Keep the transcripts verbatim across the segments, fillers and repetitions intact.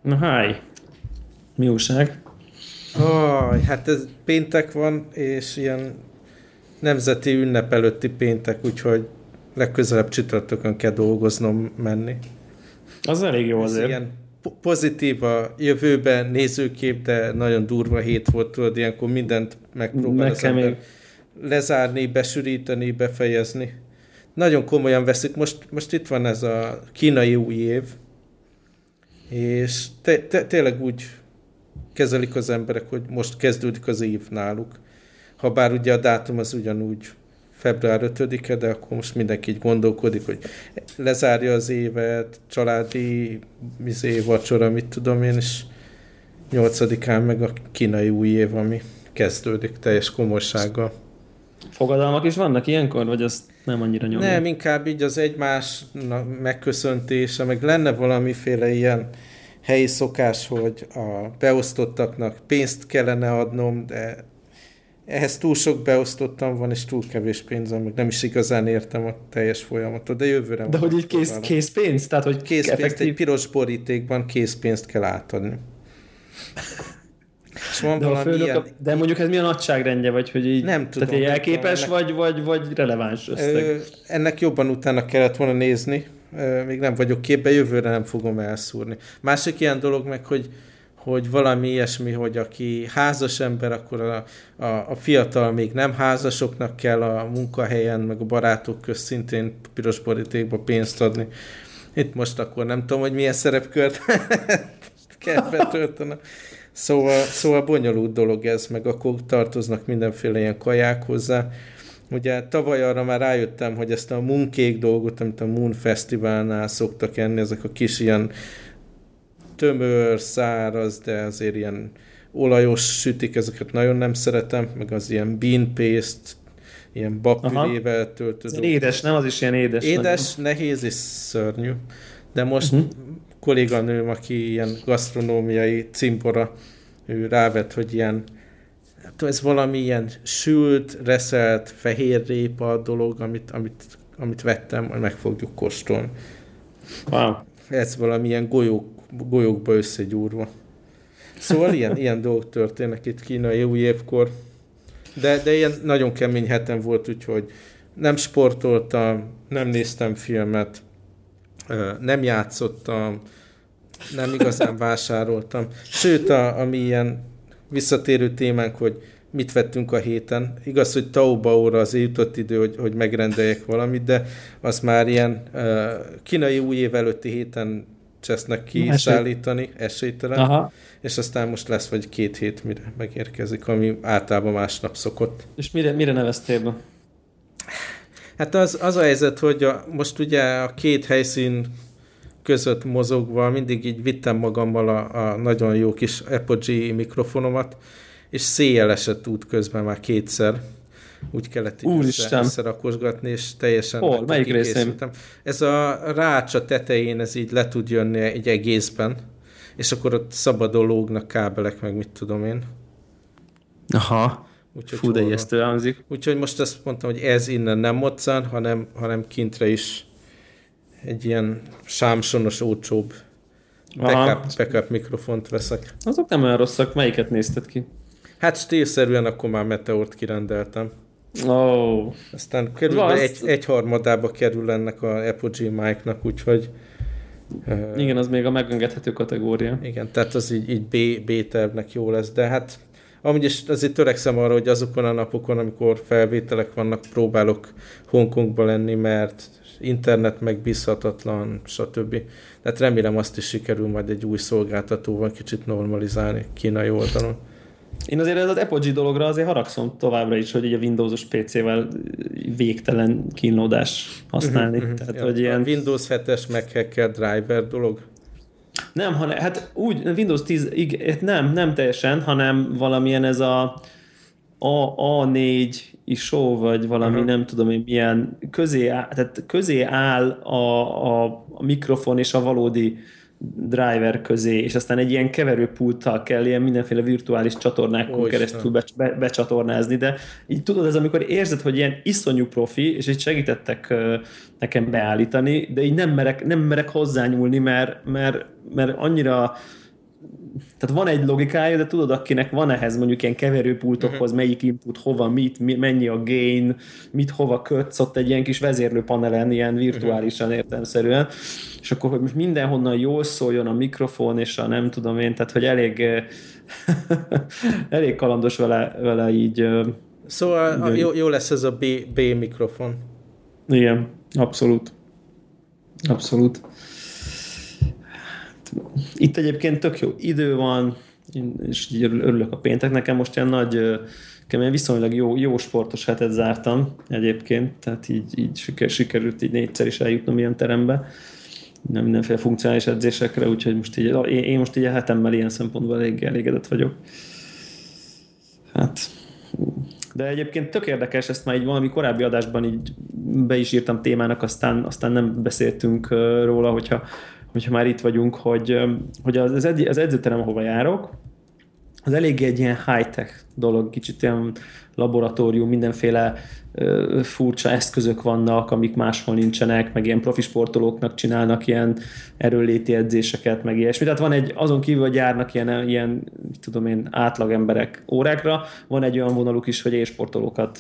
Na háj, mi újság? Oh, hát ez péntek van, és ilyen nemzeti ünnep előtti péntek, úgyhogy legközelebb csütörtökön kell dolgoznom menni. Az elég jó ez azért. Ilyen pozitív a jövőben nézőkép, de nagyon durva hét volt, tudod, ilyenkor mindent megpróbál az ember még lezárni, besűríteni, befejezni. Nagyon komolyan veszik. Most, most itt van ez a kínai új év, és te, te, tényleg úgy kezelik az emberek, hogy most kezdődik az év náluk. Habár ugye a dátum az ugyanúgy február ötödike, de akkor most mindenki így gondolkodik, hogy lezárja az évet, családi mizé, vacsora, mit tudom én, és nyolcadikán meg a kínai új év, ami kezdődik teljes komolysággal. Fogadalmak is vannak ilyenkor, vagy azt nem annyira nyomja? Nem, inkább így az egymás megköszöntése, meg lenne valamiféle ilyen helyi szokás, hogy a beosztottaknak pénzt kellene adnom, de ehhez túl sok beosztottam van, és túl kevés pénzem, meg nem is igazán értem a teljes folyamatot, de jövőre De hogy így kész, készpénz? Tehát, hogy készpénzt, effektív... egy piros borítékban készpénzt kell átadni. És van de, valami ilyen... a... de mondjuk ez mi a nagyságrendje, vagy hogy így, nem tudom, tehát jelképes ennek... vagy, vagy, vagy releváns összeg? Ö, ennek jobban utána kellett volna nézni, Ö, még nem vagyok képben, jövőre nem fogom elszúrni. Másik ilyen dolog meg, hogy hogy valami ilyesmi, hogy aki házas ember, akkor a, a, a fiatal még nem házasoknak kell a munkahelyen, meg a barátok közt szintén piros borítékba pénzt adni. Itt most akkor nem tudom, hogy milyen szerepkört kell betölteni. Szóval, szóval bonyolult dolog ez, meg akkor tartoznak mindenféle ilyen kaják hozzá. Ugye tavaly arra már rájöttem, hogy ezt a mooncake dolgot, amit a Moon Fesztiválnál szoktak enni, ezek a kis ilyen tömör, száraz, de azért ilyen olajos sütik, ezeket nagyon nem szeretem, meg az ilyen bean paste, ilyen babpürével töltött. Édes, nem? Az is ilyen édes. Édes, nagyon nehéz és szörnyű. De most uh-huh. kolléganőm, aki ilyen gasztronómiai cimbora, ő rávett, hogy ilyen, ez valami ilyen sült, reszelt, fehér répa dolog, amit, amit, amit vettem, majd meg fogjuk kóstolni. Wow. Ez valamilyen golyók, golyókba összegyúrva. Szóval ilyen, ilyen dolgok történnek itt kínai új évkor. De, de ilyen nagyon kemény hetem volt, úgyhogy nem sportoltam, nem néztem filmet, nem játszottam, nem igazán vásároltam. Sőt, a, ami ilyen visszatérő témánk, hogy mit vettünk a héten. Igaz, hogy Taobaóra azért jutott idő, hogy, hogy megrendeljek valamit, de az már ilyen uh, kínai új év előtti héten csesznek kiszállítani, esélytelen, aha. És aztán most lesz vagy két hét, mire megérkezik, ami általában másnap szokott. És mire, mire neveztél be? Hát az, az a helyzet, hogy a, most ugye a két helyszín között mozogva mindig így vittem magammal a, a nagyon jó kis Apogee mikrofonomat, és széjjel esett út közben már kétszer. Úgy kellett így össze, összerakosgatni, és teljesen... Hol? Melyik részén? Ez a rácsa tetején, ez így le tud jönni egy egészben, és akkor ott szabadon lógnak kábelek, meg mit tudom én. Aha. Úgyhogy fú, de ijesztő hangzik. Úgyhogy most azt mondtam, hogy ez innen nem moccan, hanem, hanem kintre is egy ilyen sámsonos, olcsóbb backup, backup mikrofont veszek. Azok nem olyan rosszak. Melyiket nézted ki? Hát stílszerűen akkor már Meteort kirendeltem. Oh. Aztán körülbelül egy, egy harmadába kerül ennek a Apogee mic-nak, úgyhogy... Igen, uh, az még a megengedhető kategória. Igen, tehát az így, így B, B-tervnek jó lesz, de hát amúgy is azért törekszem arra, hogy azokon a napokon, amikor felvételek vannak, próbálok Hongkongba lenni, mert internet megbízhatatlan, stb. Tehát remélem azt is sikerül majd egy új szolgáltatóval kicsit normalizálni kínai oldalon. Én azért ez az Apogee dologra azért haragszom továbbra is, hogy így a Windowsos pé cével végtelen kínlódás használni. Uh-huh, Tehát, ja, hogy ilyen... Windows hetes meghacker driver dolog? Nem, hanem, hát úgy, Windows tíz, igen, nem, nem teljesen, hanem valamilyen ez a A négy isó, vagy valami, uh-huh. nem tudom én milyen, közé áll, tehát közé áll a, a, a mikrofon és a valódi driver közé, és aztán egy ilyen keverőpulttal kell ilyen mindenféle virtuális csatornákon Ó, keresztül be, be, becsatornázni, de így tudod, ez amikor érzed, hogy ilyen iszonyú profi, és így segítettek uh, nekem beállítani, de így nem merek, nem merek hozzányúlni, mert, mert, mert annyira tehát van egy logikája, de tudod, akinek van ehhez mondjuk ilyen keverőpultokhoz, uh-huh. melyik input, hova, mit, mi, mennyi a gain, mit hova kötsz, ott egy ilyen kis vezérlőpanelen, ilyen virtuálisan értelemszerűen, és akkor, hogy most mindenhonnan jól szóljon a mikrofon, és a nem tudom én, tehát, hogy elég elég kalandos vele, vele így. Szóval a, jó, jó lesz ez a B, B mikrofon. Igen, abszolút. Abszolút. Itt egyébként tök jó idő van, és így örülök a péntek. Nekem most ilyen nagy, nekem viszonylag jó, jó sportos hetet zártam egyébként, tehát így, így siker, sikerült így négyszer is eljutnom ilyen terembe, nem mindenféle funkcionális edzésekre, úgyhogy most így, én, én most így a hetemmel ilyen szempontból elég elégedett vagyok. Hát... De egyébként tök érdekes, ezt már így valami korábbi adásban így be is írtam témának, aztán, aztán nem beszéltünk róla, hogyha, hogyha már itt vagyunk, hogy, hogy az, az edzőterem, ahova járok, az eléggé egy ilyen high-tech dolog, kicsit ilyen laboratórium, mindenféle uh, furcsa eszközök vannak, amik máshol nincsenek, meg ilyen profi sportolóknak csinálnak ilyen erőnléti edzéseket, meg ilyesmi. Tehát van egy, azon kívül, hogy járnak ilyen, ilyen tudom én, átlag emberek órákra, van egy olyan vonaluk is, hogy élsportolókat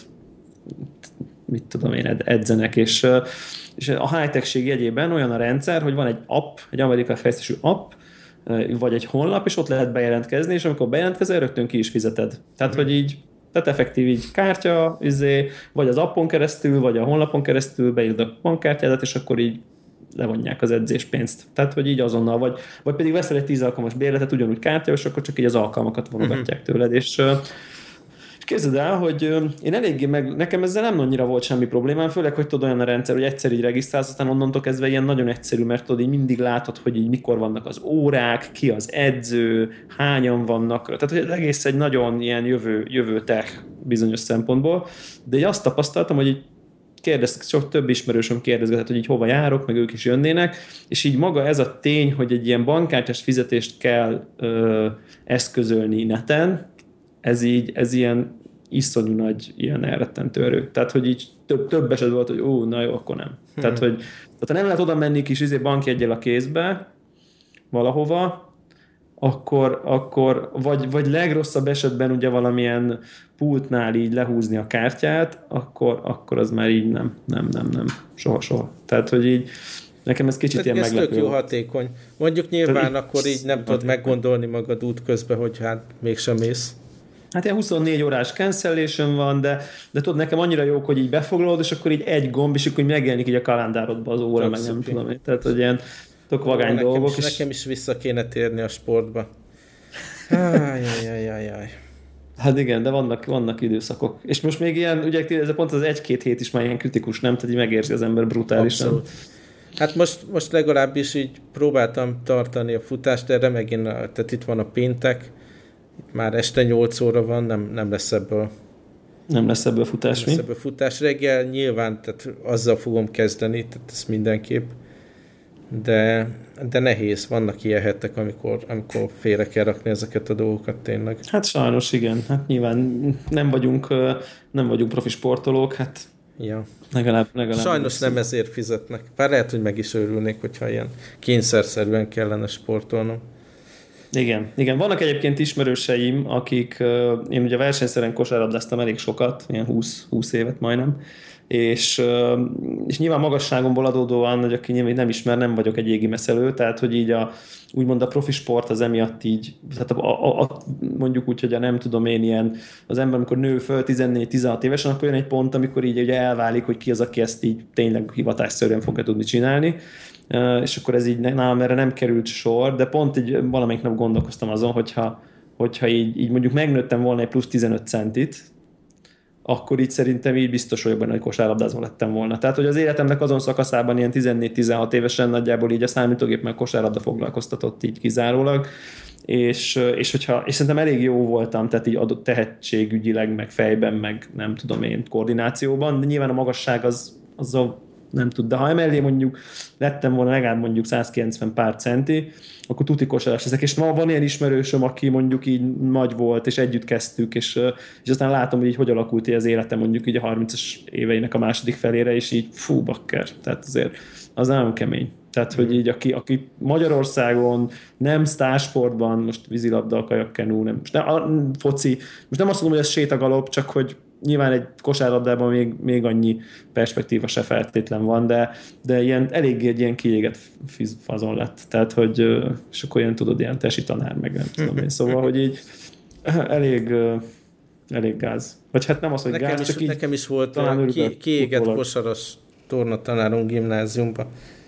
mit tudom én, edzenek, és, és a high-techség jegyében olyan a rendszer, hogy van egy app, egy amerikai fejlesztésű app, vagy egy honlap, és ott lehet bejelentkezni, és amikor bejelentkezel, rögtön ki is fizeted. Tehát, mm. hogy így, tehát effektív így kártya, izé, vagy az appon keresztül, vagy a honlapon keresztül beírd a bankkártyádat, és akkor így levonják az edzéspénzt. Tehát, hogy így azonnal, vagy, vagy pedig veszel egy tíz alkalmas bérletet, ugyanúgy kártya, és akkor csak így az alkalmakat vonogatják mm-hmm. tőled, és képzeld el, hogy én eléggé meg, nekem ezzel nem annyira volt semmi problémám, főleg, hogy tudod olyan a rendszer, hogy egyszer így regisztrálsz, aztán onnantól kezdve ilyen nagyon egyszerű, mert tudod, így mindig látod, hogy így mikor vannak az órák, ki az edző, hányan vannak, tehát hogy egész egy nagyon ilyen jövő, jövő tech bizonyos szempontból, de így azt tapasztaltam, hogy így kérdeztek, sok több ismerősöm kérdezgetett, hogy így hova járok, meg ők is jönnének, és így maga ez a tény, hogy egy ilyen bankkártyás fizetést kell ö, eszközölni neten, ez így, ez ilyen iszonyú nagy ilyen elrettentő erő. Tehát, hogy így több, több eset volt, hogy ó, na jó, akkor nem. Hmm. Tehát, hogy tehát, ha nem lehet oda menni kis izé bankjeggyel a kézbe valahova, akkor, akkor vagy, vagy legrosszabb esetben ugye valamilyen pultnál így lehúzni a kártyát, akkor, akkor az már így nem, nem, nem, nem, soha, soha. Tehát, hogy így nekem ez kicsit tehát ilyen meglepő. Ez tök jó hatékony. Mondjuk nyilván tehát akkor így nem tudod meggondolni magad út közben, hogy hát mégsem mész. Hát ilyen huszonnégy órás cancellation van, de, de tudod, nekem annyira jó, hogy így befoglalod, és akkor így egy gomb, és akkor megjelenik így a kalendárodba az óra, tök meg nem tudom én. Tehát, hogy ilyen tök vagány nekem dolgok. Is, és... Nekem is vissza kéne térni a sportba. Ajajajajaj. Hát igen, de vannak, vannak időszakok. És most még ilyen, ugye ez pont az egy-két hét is már ilyen kritikus, nem? Tehát így megérzi az ember brutálisan. Abszolút. Hát most, most legalábbis így próbáltam tartani a futást, erre megint, tehát itt van a péntek, itt már este nyolc óra van, nem, nem lesz ebből nem lesz ebből futás, nem lesz ebből futás. Reggel nyilván, tehát azzal fogom kezdeni, tehát ez mindenképp, de, de nehéz, vannak ilyen hetek, amikor, amikor félre kell rakni ezeket a dolgokat tényleg. Hát sajnos igen, hát nyilván nem vagyunk, nem vagyunk profi sportolók, hát ja. legalább, legalább sajnos nem ezért fizetnek. Bár lehet, hogy meg is örülnék, hogyha ilyen kényszerszerűen kellene sportolnom. Igen, igen. Vannak egyébként ismerőseim, akik, én ugye versenyszeren kosárlabdáztam elég sokat, ilyen húsz, húsz évet majdnem, és, és nyilván magasságomból adódóan, hogy aki nem ismer, nem vagyok egy égi meszelő, tehát hogy így a, úgymond a profi sport az emiatt így, tehát a, a, a, mondjuk úgy, hogy a nem tudom én ilyen, az ember amikor nő föl tizennégy-tizenhat évesen, akkor jön egy pont, amikor így ugye elválik, hogy ki az, aki ezt így tényleg hivatásszerűen fogja tudni csinálni. Uh, és akkor ez így nálam erre nem került sor, de pont így valamelyik nap gondolkoztam azon, hogyha, hogyha így, így mondjuk megnőttem volna egy plusz tizenöt centit, akkor így szerintem így biztos vagyok benne, hogy kosárlabdázó lettem volna. Tehát, hogy az életemnek azon szakaszában ilyen tizennégy-tizenhat évesen nagyjából így a számítógép meg kosárlabda foglalkoztatott így kizárólag, és, és, hogyha, és szerintem elég jó voltam, tehát így adott tehetségügyileg, meg fejben, meg nem tudom én, koordinációban, de nyilván a magasság az, az a nem tud, de ha emellé mondjuk lettem volna legalább mondjuk százkilencven pár centi, akkor tuti kosarás ezek, és ma van ilyen ismerősöm, aki mondjuk így nagy volt, és együtt kezdtük, és, és aztán látom, hogy így hogy alakult így az életem mondjuk így a harmincas éveinek a második felére, és így fú, bakker, tehát azért az nagyon kemény. Tehát, hogy így aki, aki Magyarországon nem sztársportban, most vízilabda, kajakkenú, nem, most nem, a foci, most nem azt mondom, hogy ez sétagalop, csak hogy nyilván egy kosárlabdában még, még annyi perspektíva se feltétlen van, de, de ilyen, eléggé egy ilyen kiégett fazon lett. Tehát, hogy és akkor ilyen tudod, ilyen tesi tanár, meg nem tudom én. Szóval, hogy így elég, elég gáz. Vagy hát nem az, hogy nekem gáz, is, csak így nekem is volt a ki, kiégett kosaras tornatanárom gimnáziumban.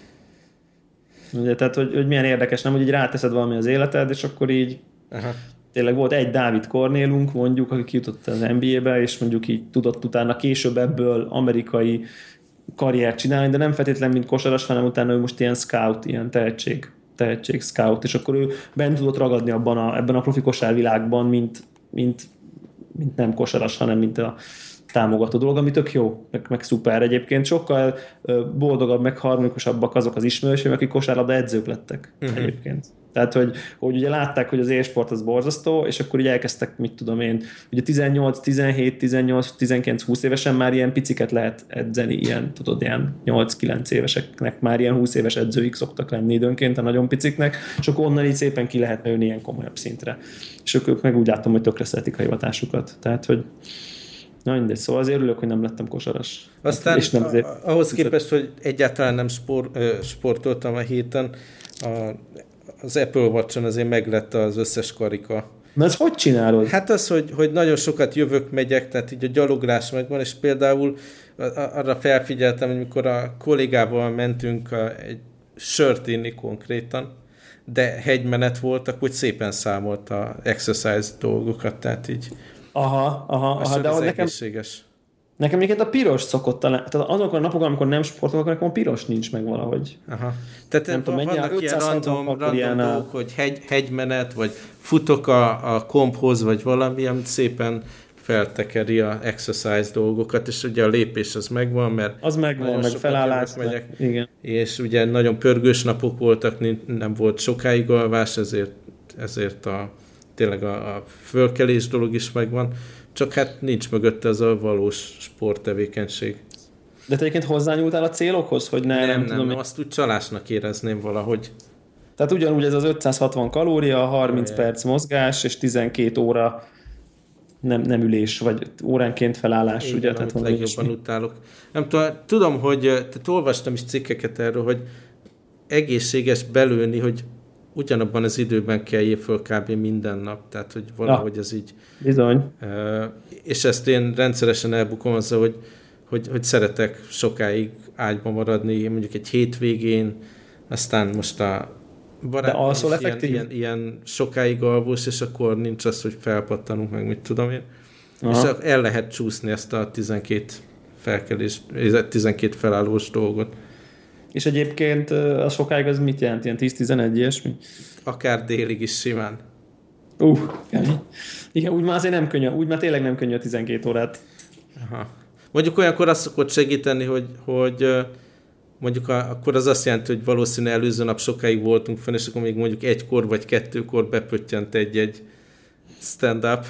Ugye, tehát, hogy, hogy milyen érdekes, nem, hogy így ráteszed valami az életed, és akkor így Aha. tényleg volt egy Dávid Kornélunk, mondjuk, aki kijutott az en bé á-be, és mondjuk így tudott utána később ebből amerikai karriert csinálni, de nem feltétlenül mint kosaras, hanem utána ő most ilyen scout, ilyen tehetség, tehetség scout, és akkor ő bent tudott ragadni abban a, ebben a profi kosárvilágban, mint, mint, mint nem kosaras, hanem mint a támogató dolog, ami tök jó, meg, meg szuper egyébként. Sokkal boldogabb, meg harmonikusabbak azok az ismerőseim, akik kosárlabda edzők lettek uh-huh. egyébként. Tehát, hogy, hogy ugye látták, hogy az e-sport az borzasztó, és akkor ugye elkezdtek, mit tudom én, ugye tizennyolc, tizenhét, tizennyolc, tizenkilenc, húsz évesen már ilyen piciket lehet edzeni, ilyen, tudod, ilyen nyolc-kilenc éveseknek már ilyen húsz éves edzőik szoktak lenni időnként a nagyon piciknek, és akkor onnan így szépen ki lehet nőni ilyen komolyabb szintre. És ők meg úgy látom, hogy tökre szeretik a hivatásukat. Tehát, hogy na mindegy, szóval azért örülök, hogy nem lettem kosaras. Aztán és nem azért, ahhoz képest, hogy egyáltalán nem spor, sportoltam a héten, a, az Apple Watch-on azért meglett az összes karika. Na ezt hogy csinálod? Hát az, hogy, hogy nagyon sokat jövök, megyek, tehát így a gyaloglás megvan, és például arra felfigyeltem, hogy mikor a kollégával mentünk a, egy sört inni konkrétan, de hegymenet volt, akkor szépen számolt a exercise dolgokat, tehát így Aha, aha, aha, de nekem, nekem egyébként a piros szokott talán, tehát azokon a napokon, amikor nem sportolok, akkor nekem a piros nincs meg valahogy. Aha. Tehát nem tudom, vannak ilyen random, random ilyen dolgok, hogy hegy, hegymenet, vagy futok a, a komphoz, vagy valami, amit szépen feltekeri a exercise dolgokat, és ugye a lépés az megvan, mert az megvan, meg felállás, megyek, igen. És ugye nagyon pörgős napok voltak, nem volt sokáig alvás, ezért, ezért a tényleg a, a fölkelés dolog is megvan, csak hát nincs mögötte az a valós sporttevékenység. De te egyébként hozzányúltál a célokhoz, hogy ne, nem, nem, nem tudom... Nem, azt úgy csalásnak érezném valahogy. Tehát ugyanúgy ez az ötszázhatvan kalória, harminc Ajaj. perc mozgás, és tizenkét óra nem, nem ülés, vagy óránként felállás. Igen, ugye? Tehát legjobban utálok. Nem tudom, tudom, hogy tehát olvastam is cikkeket erről, hogy egészséges belőni, hogy ugyanabban az időben keljél föl kb. Minden nap, tehát hogy valahogy ja, ez így... Bizony. Uh, és ezt én rendszeresen elbukom azzal, hogy, hogy, hogy szeretek sokáig ágyban maradni, mondjuk egy hétvégén, aztán most a barátnőm is ilyen, ilyen, ilyen sokáig alvós, és akkor nincs az, hogy felpattanunk meg, mit tudom én. Aha. És el lehet csúszni ezt a tizenkét felkelés, tizenkét felállós dolgot. És egyébként a sokáig az mit jelent? Ilyen tíz-tizenegy ilyesmi? Akár délig is simán. Uh, igen, úgy már azért nem könnyű, úgy már tényleg nem könnyű a tizenkét órát. Aha. Mondjuk olyankor azt szokott segíteni, hogy, hogy mondjuk a, akkor az azt jelenti, hogy valószínűleg előző nap sokáig voltunk fenn, és akkor még mondjuk egykor vagy kettőkor bepöttyent egy-egy stand-up.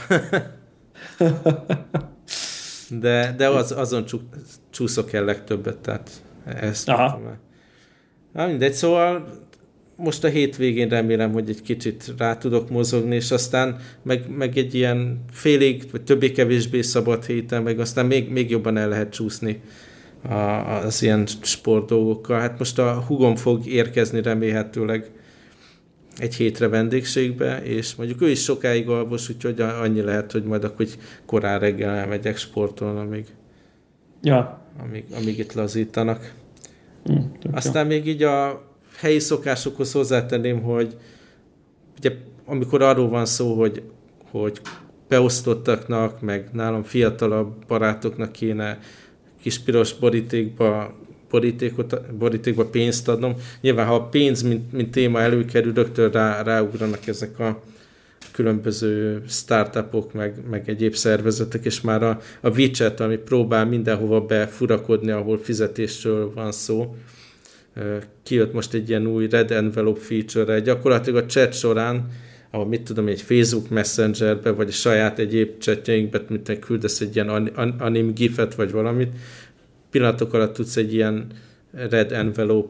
de de az, azon csúszok el legtöbbet, tehát ezt Aha. Na mindegy, szóval most a hétvégén remélem, hogy egy kicsit rá tudok mozogni, és aztán meg, meg egy ilyen félig, vagy többé-kevésbé szabad héten, meg aztán még, még jobban el lehet csúszni a, az ilyen sportdolgokkal. Hát most a húgom fog érkezni remélhetőleg egy hétre vendégségbe, és mondjuk ő is sokáig alvos, úgyhogy annyi lehet, hogy majd akkor korán reggel elmegyek sportolni, amíg, ja. amíg, amíg itt lazítanak. Mm, Aztán még így a helyi szokásokhoz hozzátenném, hogy ugye amikor arról van szó, hogy, hogy beosztottaknak, meg nálam fiatalabb barátoknak kéne kis piros borítékba, borítékot, borítékba pénzt adnom. Nyilván, ha a pénz, mint, mint téma előkerül, rögtön rá, ráugranak ezek a különböző startupok, meg, meg egyéb szervezetek, és már a, a WeChat, ami próbál mindenhova befurakodni, ahol fizetésről van szó, kijött most egy ilyen új Red Envelope feature-re, gyakorlatilag a chat során, ahol mit tudom, egy Facebook Messengerbe, vagy a saját egyéb chatjainkbe, mint küldesz egy ilyen anim gifet, vagy valamit, pillanatok alatt tudsz egy ilyen Red Envelope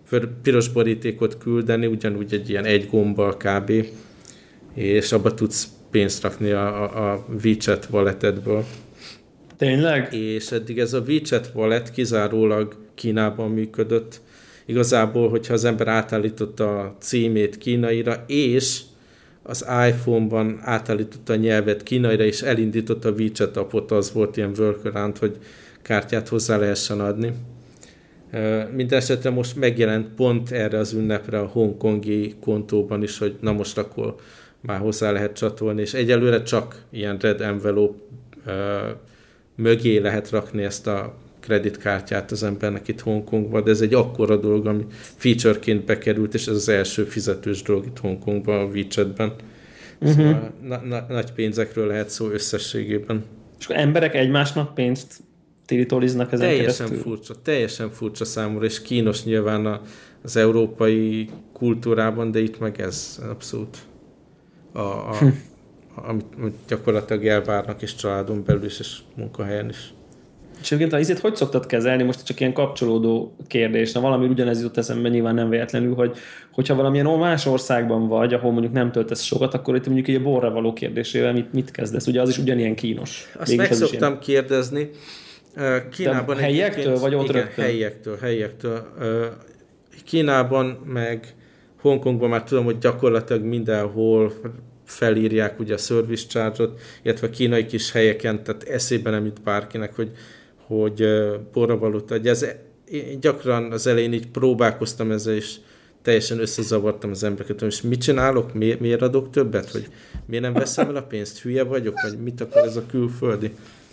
piros borítékot küldeni, ugyanúgy egy ilyen egy gombbal kb. És abba tudsz pénzt rakni a, a, a WeChat walletedből. Tényleg? És eddig ez a WeChat wallet kizárólag Kínában működött. Igazából, hogyha az ember átállította a címét kínaira, és az iPhone-ban átállította a nyelvet kínaira, és elindította a WeChat appot, az volt ilyen workaround, hogy kártyát hozzá lehessen adni. Mindenesetre most megjelent pont erre az ünnepre a hongkongi kontóban is, hogy na most akkor már hozzá lehet csatolni, és egyelőre csak ilyen red envelope uh, mögé lehet rakni ezt a kreditkártyát az embernek itt Hongkongban, de ez egy akkora dolog, ami featureként bekerült, és ez az első fizetős dolog itt Hongkongban, a WeChatben. Uh-huh. Szóval na- na- nagy pénzekről lehet szó összességében. És akkor emberek egymásnak pénzt tilitoliznak ezen teljesen keresztül? Furcsa, teljesen furcsa számomra, és kínos nyilván a, az európai kultúrában, de itt meg ez abszolút a, a, hm. amit, amit gyakorlatilag elvárnak, és családon belül is, és munkahelyen is. És egyébként az izét hogy szoktad kezelni? Most csak ilyen kapcsolódó kérdés. Na, valami ugyanez jutott eszembe, nyilván nem véletlenül, hogy hogyha valamilyen más országban vagy, ahol mondjuk nem töltesz sokat, akkor itt mondjuk egy borra való kérdésével mit, mit kezdesz? Ugye az is ugyanilyen kínos. Azt meg szoktam ilyen... kérdezni. Kínában de helyektől, vagy ott igen, rögtön? helyektől, helyektől. Kínában, meg Hongkongban már tudom, hogy gyakorlatilag mindenhol felírják ugye a service charge-ot, illetve kínai kis helyeken, tehát eszébe nem jut bárkinek, hogy, hogy borra valót adja. Ez, én gyakran az elején így próbálkoztam ezzel, és teljesen összezavartam az embereket, és mit csinálok, Mi, miért adok többet, hogy miért nem veszem el a pénzt, hülye vagyok, vagy mit akar ez a külföldi.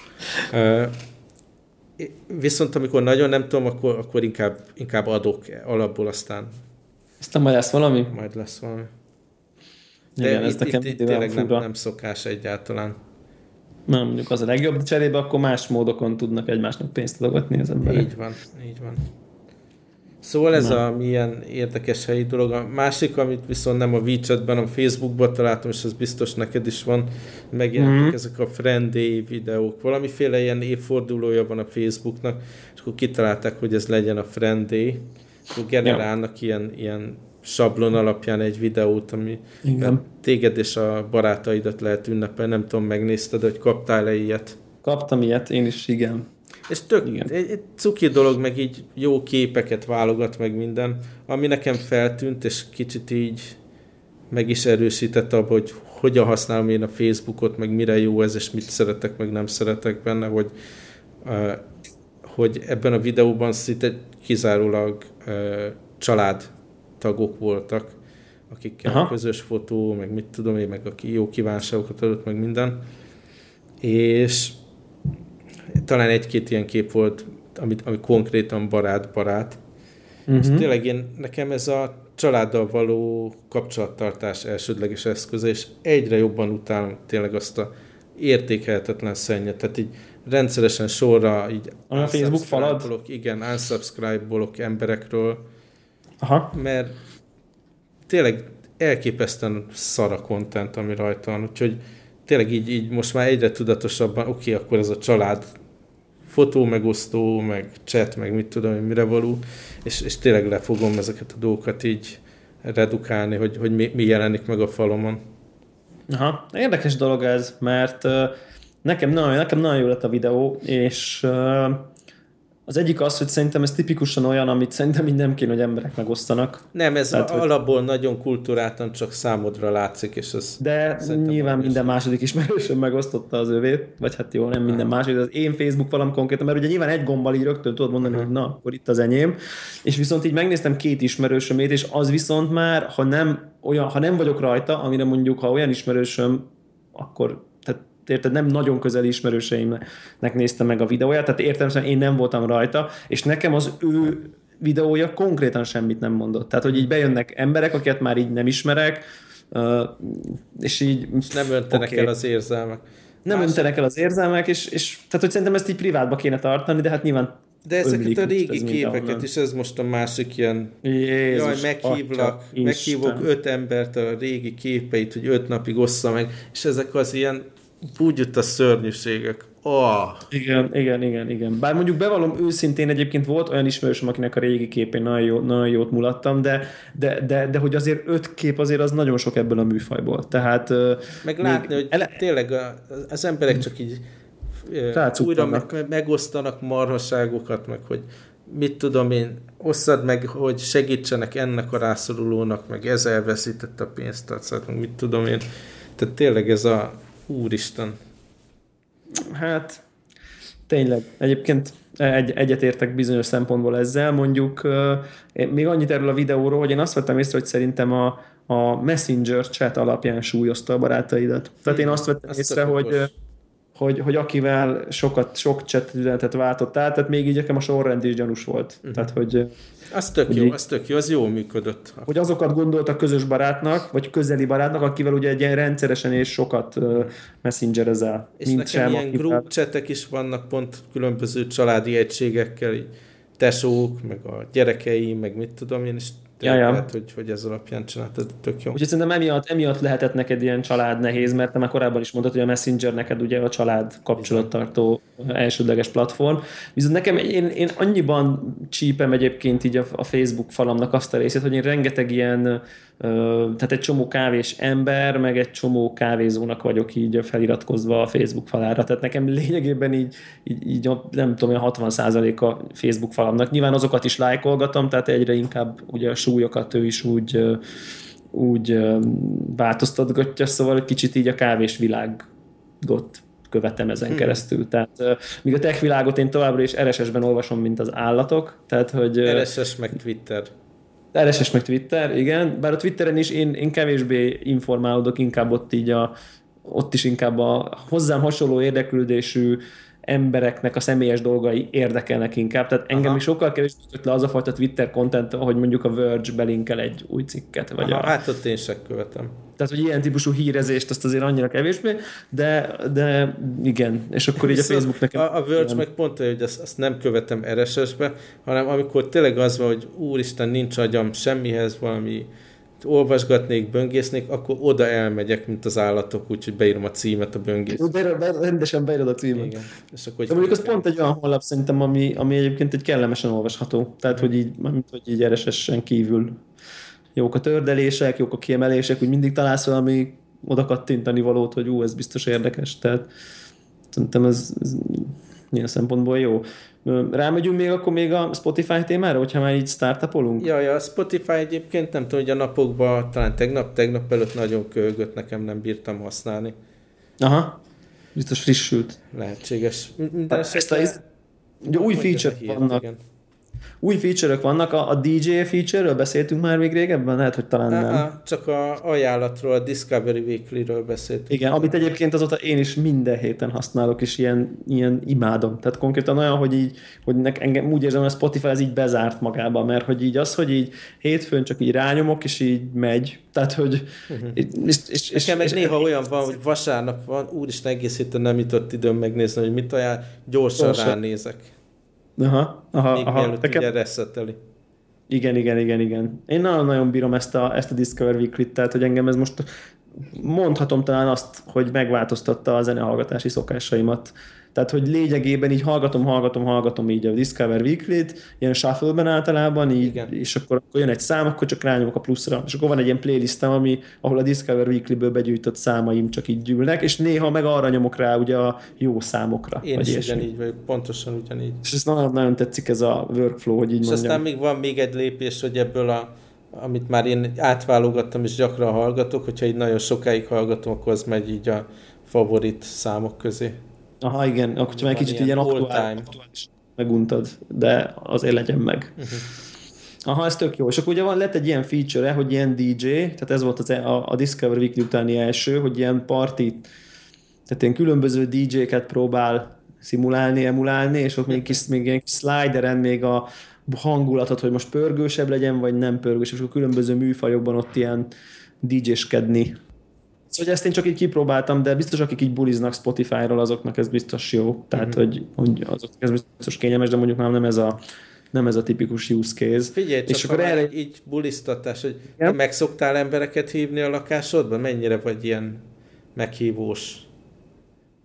Viszont amikor nagyon nem tudom, akkor, akkor inkább, inkább adok alapból, aztán aztán majd lesz valami? Majd lesz valami. De igen, itt, ez nekem itt, itt tényleg nem, nem szokás egyáltalán. Nem, mondjuk az a legjobb, cserébe akkor más módokon tudnak egymásnak pénzt adogatni az emberek. Így van, így van. Szóval ez nem. a milyen érdekes helyi dolog. A másik, amit viszont nem a WeChatben, a Facebookban találtam, és ez biztos neked is van, megjelentek mm-hmm. ezek a Friendly videók. Valamiféle ilyen évfordulója van a Facebooknak, és akkor kitalálták, hogy ez legyen a Friendly. Akkor generálnak ja. ilyen, ilyen sablon alapján egy videót, ami igen. téged és a barátaidat lehet ünnepelni. Nem tudom, megnézted, hogy kaptál-e ilyet? Kaptam ilyet, én is, igen. És tök, egy, egy cuki dolog, meg így jó képeket válogat meg minden, ami nekem feltűnt, és kicsit így meg is erősített abban, hogy hogyan használom én a Facebookot, meg mire jó ez, és mit szeretek, meg nem szeretek benne, hogy, uh, hogy ebben a videóban szinte kizárólag uh, családtagok voltak, akikkel Aha. közös fotó, meg mit tudom én, meg aki jó kívánságokat adott, meg minden. És talán egy-két ilyen kép volt, amit, ami konkrétan barát-barát. Uh-huh. És tényleg én, nekem ez a családdal való kapcsolattartás elsődleges eszköze, és egyre jobban utálom tényleg azt a értékelhetetlen szennyet. Tehát így rendszeresen sorra így a Facebook falad? Igen, unsubscribe-bolok emberekről. Aha. Mert tényleg elképesztően szar a content, ami rajta van. Úgyhogy tényleg így, így most már egyre tudatosabban, oké, okay, akkor ez a család fotó megosztó, meg chat, meg mit tudom, mire való, és, és tényleg le fogom ezeket a dolgokat így redukálni, hogy, hogy mi, mi jelenik meg a falomon. Aha, érdekes dolog ez, mert uh, nekem, nagyon, nekem nagyon jó lett a videó, és uh, az egyik az, hogy szerintem ez tipikusan olyan, amit szerintem így nem kéne, hogy emberek megosztanak. Nem, ez Tehát, alapból hogy... nagyon kultúráltan csak számodra látszik, és ez... De nyilván minden második ismerősöm megosztotta az övét, vagy hát jó, nem minden második, az én Facebook valam konkrétan, mert ugye nyilván egy gombbal így rögtön tudod mondani, hogy na, akkor itt az enyém, és viszont így megnéztem két ismerősömét, és az viszont már, ha nem, olyan, ha nem vagyok rajta, amire mondjuk, ha olyan ismerősöm, akkor érted, nem nagyon közeli ismerőseimnek néztem meg a videóját, tehát értelemszerűen én nem voltam rajta, és nekem az ő videója konkrétan semmit nem mondott. Tehát, hogy így bejönnek emberek, akiket már így nem ismerek, és így... És nem öntenek okay. el az érzelmek. Nem Más... öntenek el az érzelmek, és, és tehát, hogy szerintem ezt így privátba kéne tartani, de hát nyilván de ezeket a régi képeket is, ez most a másik ilyen, Jézus, jaj, meghívlak, meghívok öt embert a régi képeit, hogy öt napig ossza meg, és ezek az ilyen úgy jut a szörnyűségek. Oh. Igen, igen, igen, igen. Bár mondjuk bevallom őszintén, egyébként volt olyan ismerősöm, akinek a régi képén nagyon, jó, nagyon jót mulattam, de, de, de, de hogy azért öt kép azért az nagyon sok ebből a műfajból. Tehát, meg látni, hogy ele... tényleg az emberek csak így újra meg, megosztanak marhaságokat, meg hogy mit tudom én, osszad meg, hogy segítsenek ennek a rászorulónak, meg ez elveszített a pénztárcát, meg mit tudom én. Tehát tényleg ez a úristen. Hát tényleg, egyébként egy, egyetértek bizonyos szempontból ezzel, mondjuk uh, még annyit erről a videóról, hogy én azt vettem észre, hogy szerintem a, a Messenger chat alapján súlyozta a barátaidat. Tehát én azt vettem azt észre, hogy, hogy, hogy akivel sokat, sok chat üzenetet váltott át, tehát még így nekem a sorrend is gyanús volt. Uh-huh. Tehát, hogy az tök hogy jó, az tök jó, az jól működött. Hogy azokat gondoltak közös barátnak, vagy közeli barátnak, akivel ugye egy ilyen rendszeresen és sokat uh, messengerezel. És nekem sem, ilyen akivel... group chatek is vannak pont különböző családi egységekkel, így tesók, meg a gyerekei, meg mit tudom én, és ja, ja. Lehet, hogy, hogy ez alapján csináltad, tök jó. Úgyhogy szerintem emiatt, emiatt lehetett neked ilyen család nehéz, mert te már korábban is mondtad, hogy a Messenger neked ugye a család kapcsolattartó elsődleges platform. Viszont nekem én, én annyiban csípem egyébként így a, a Facebook falamnak azt a részét, hogy én rengeteg ilyen, tehát egy csomó kávés ember, meg egy csomó kávézónak vagyok így feliratkozva a Facebook falára. Tehát nekem lényegében így, így, így nem tudom, a hatvan százalék a Facebook falamnak. Nyilván azokat is lájkolgatom, tehát egyre inkább ugye a súlyokat ő is úgy, úgy változtatgatja, szóval egy kicsit így a kávés világot követem ezen hmm. keresztül. Tehát míg a tech világot én továbbra is er es es-ben olvasom, mint az állatok. Tehát, hogy er es es meg Twitter. er es es meg Twitter, igen. Bár a Twitteren is én, én kevésbé informálódok, inkább ott így a, ott is inkább a hozzám hasonló érdeklődésű embereknek a személyes dolgai érdekelnek inkább. Tehát engem Aha. is sokkal kevésbé köt le az a fajta Twitter content, ahogy mondjuk a Verge belinkel egy új cikket. Vagy Aha, a... hát ott én sem követem. Tehát, hogy ilyen típusú hírezést azt azért annyira kevésbé, de, de igen. És akkor így a Facebook nekem... A, a Verge ilyen... meg pont, hogy azt, azt nem követem er es es-be, hanem amikor tényleg az van, hogy úristen, nincs agyam semmihez, valami olvasgatnék, böngésznék, akkor oda elmegyek, mint az állatok, úgyhogy beírom a címet a böngészőt. Be, be, rendesen beírod a címet. Igen. És akkor, de mondjuk az pont egy olyan honlap szerintem, ami, ami egyébként egy kellemesen olvasható. Tehát, hogy így, mint hogy így er es es-en kívül jók a tördelések, jók a kiemelések, úgy mindig találsz valami oda kattintani valót, hogy ú, ez biztos érdekes. Tehát szerintem ez, ez ilyen szempontból jó. Rámegyünk még akkor még a Spotify témára, hogyha már így startupolunk? Ja, ja, a Spotify egyébként nem tudom, hogy a napokban, talán tegnap, tegnap előtt nagyon kölgött, nekem nem bírtam használni. Aha, biztos frissült. Lehetséges. Minden esetre... Ezt a, ugye új feature-ek vannak. Igen. Új feature-ök vannak, a, a dé jé feature-ről beszéltünk már még régebben? Lehet, hogy talán nem. Á, csak a ajánlatról, a Discovery Weekly-ről beszéltünk. Igen, amit egyébként azóta én is minden héten használok, és ilyen, ilyen imádom. Tehát konkrétan olyan, hogy így, hogy engem úgy érzem, hogy a Spotify ez így bezárt magába, mert hogy így az, hogy így hétfőn csak így rányomok, és így megy. Tehát, hogy... Uh-huh. És, és, és, Nekem meg néha olyan van, hogy vasárnap van, úristen, egész héten nem jutott időm megnézni, hogy mit ajánl, gyorsan, gyorsan. ránézek. Aha, aha, még aha. mielőtt Tekem... ugye reszeteli. Igen, igen, igen, igen. Én nagyon-nagyon bírom ezt a, ezt a Discover Weekly-t, tehát hogy engem ez most mondhatom talán azt, hogy megváltoztatta a zenehallgatási szokásaimat. Tehát, hogy lényegében így hallgatom, hallgatom, hallgatom így a Discover Weekly-t, ilyen shuffle-ben általában, így, és akkor, akkor jön egy szám, akkor csak rányomok a pluszra. És akkor van egy ilyen playlistem, ami, ahol a Discover Weekly-ből begyűjtött számaim csak így gyűlnek, és néha meg arra nyomok rá ugye a jó számokra. Én is ugyanígy vagyok, pontosan ugyanígy. És ez nagyon, nagyon tetszik ez a workflow, hogy így és mondjam. És aztán még van még egy lépés, hogy ebből a amit már én átválogattam és gyakran hallgatok, hogyha így nagyon sokáig hallgatom, akkor az megy így a favorit számok közé. Aha, igen, akkor csak egy kicsit ilyen aktuális, aktuális meguntad, de azért legyen meg. Uh-huh. Aha, ez tök jó. És akkor ugye van, lett egy ilyen feature-e, hogy ilyen dé jé, tehát ez volt az, a, a Discover Weekly utáni első, hogy ilyen party, tehát ilyen különböző dé jéket próbál szimulálni, emulálni, és ott még, kis, még ilyen kis slideren még a hangulatot, hogy most pörgősebb legyen, vagy nem pörgősebb, és akkor különböző műfajokban ott ilyen dé jéskedni. Szóval ezt én csak így kipróbáltam, de biztos, akik így buliznak Spotify-ról, azoknak ez biztos jó. Tehát, mm-hmm. hogy, hogy azoknak ez biztos kényelmes, de mondjuk már nem ez a, nem ez a tipikus use case. Figyelj, csak és akkor erre... így buliztatás, hogy ja? Te megszoktál embereket hívni a lakásodban? Mennyire vagy ilyen meghívós?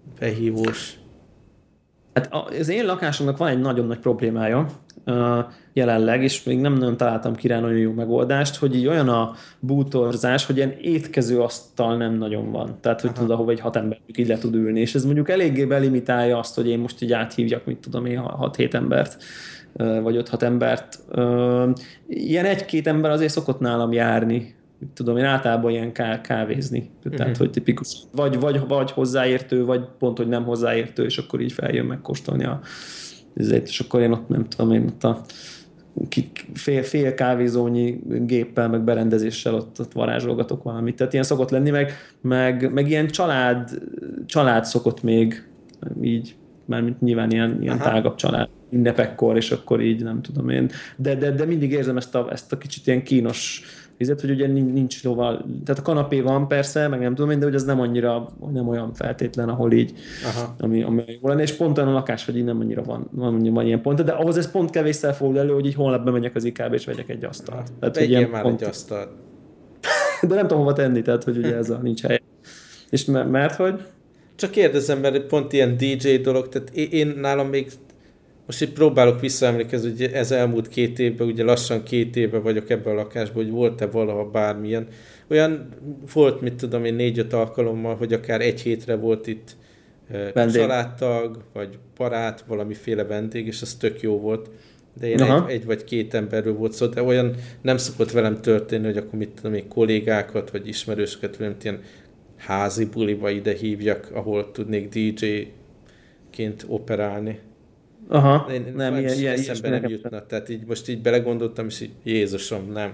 Behívós. Hát az én lakásomnak van egy nagyon nagy problémája uh, jelenleg, és még nem nagyon találtam ki rá nagyon jó megoldást, hogy így olyan a bútorzás, hogy ilyen étkező asztal nem nagyon van. Tehát, hogy tudod, ahova egy hat ember így le tud ülni, és ez mondjuk eléggé belimitálja azt, hogy én most így áthívjak, mit tudom én, hat-hét embert, uh, vagy öt-hat embert. Uh, ilyen egy-két ember azért szokott nálam járni, tudom én, általában ilyen ká- kávézni. Tehát, uh-huh. hogy tipikus. Vagy, vagy, vagy hozzáértő, vagy pont, hogy nem hozzáértő, és akkor így feljön megkóstolni a ezért, és akkor én ott nem tudom, én ott a fél, fél kávézónyi géppel, meg berendezéssel ott, ott varázsolgatok valamit. Tehát ilyen szokott lenni, meg, meg, meg ilyen család, család szokott még így, mármint nyilván ilyen, ilyen tágabb család ünnepekkor, és akkor így nem tudom én. De, de, de mindig érzem ezt a, ezt a kicsit ilyen kínos vizet, hogy ugye nincs hova, tehát a kanapé van persze, meg nem tudom én, de hogy az nem annyira, nem olyan feltétlen, ahol így, Aha. ami, ami jó lenne, és pont olyan a lakás, hogy így nem annyira van, van, van ilyen pont, de ahhoz ez pont kevésszer fordul elő, hogy így holnap bemegyek az ikába, és vegyek egy asztalt. Vegyél már pont... egy asztalt. De nem tudom hova tenni, tehát hogy ugye ez a nincs hely. És mert hogy? Csak kérdezem, mert pont ilyen dé dzsé dolog, tehát én, én nálam még most itt próbálok visszaemlékezni, hogy ez elmúlt két évben, ugye lassan két éve vagyok ebben a lakásban, hogy volt-e valaha bármilyen. Olyan volt, mit tudom én, négy-öt alkalommal, hogy akár egy hétre volt itt vendég. Családtag, vagy barát, valamiféle vendég, és az tök jó volt. De én egy, egy vagy két emberről volt szó, de olyan nem szokott velem történni, hogy akkor mit tudom én, kollégákat, vagy ismerősöket, vagy ilyen házi buliba ide hívjak, ahol tudnék dé dzsé-ként operálni. Aha, én, nem, ilyen, ilyen eszembe nem jutna, tehát így most így belegondoltam, és így Jézusom, nem.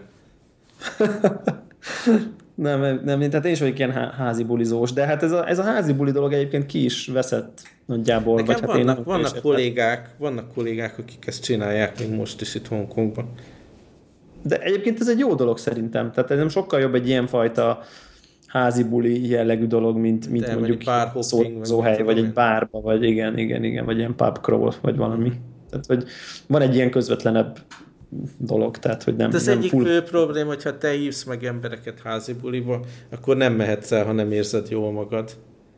nem, nem, tehát én is vagyok ilyen házi bulizós, de hát ez a, ez a házi buli dolog egyébként ki is veszett nagyjából. Nekem vagy vannak, hát vannak kollégák, vannak kollégák, akik ezt csinálják még most is itt Hongkongban. De egyébként ez egy jó dolog szerintem, tehát ez nem sokkal jobb egy ilyenfajta házi buli jellegű dolog, mint, mint de, mondjuk szórakozóhely, vagy egy bárba, vagy igen, igen, igen, vagy ilyen pub crawl, vagy valami. Tehát, hogy van egy ilyen közvetlenebb dolog, tehát, hogy nem... De az nem egyik full... fő probléma, hogyha te hívsz meg embereket házi buliba, akkor nem mehetsz el, ha nem érzed jól magad.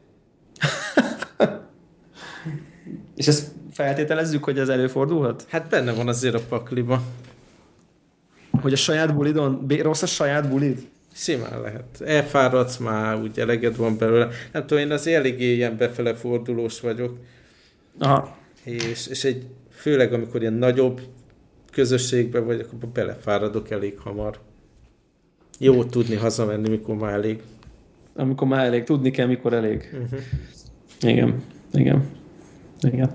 És ezt feltételezzük, hogy ez előfordulhat? Hát benne van azért a pakliba. Hogy a saját bulidon, rossz a saját bulid? Simán lehet. Elfáradsz már, úgy eleged van belőle. Nem tudom, én azért eléggé ilyen befele fordulós vagyok. Aha. És, és egy, főleg amikor ilyen nagyobb közösségben vagyok, akkor belefáradok elég hamar. Jó tudni hazamenni, mikor már elég. Amikor már elég. Tudni kell, mikor elég. Uh-huh. Igen. Igen. Igen.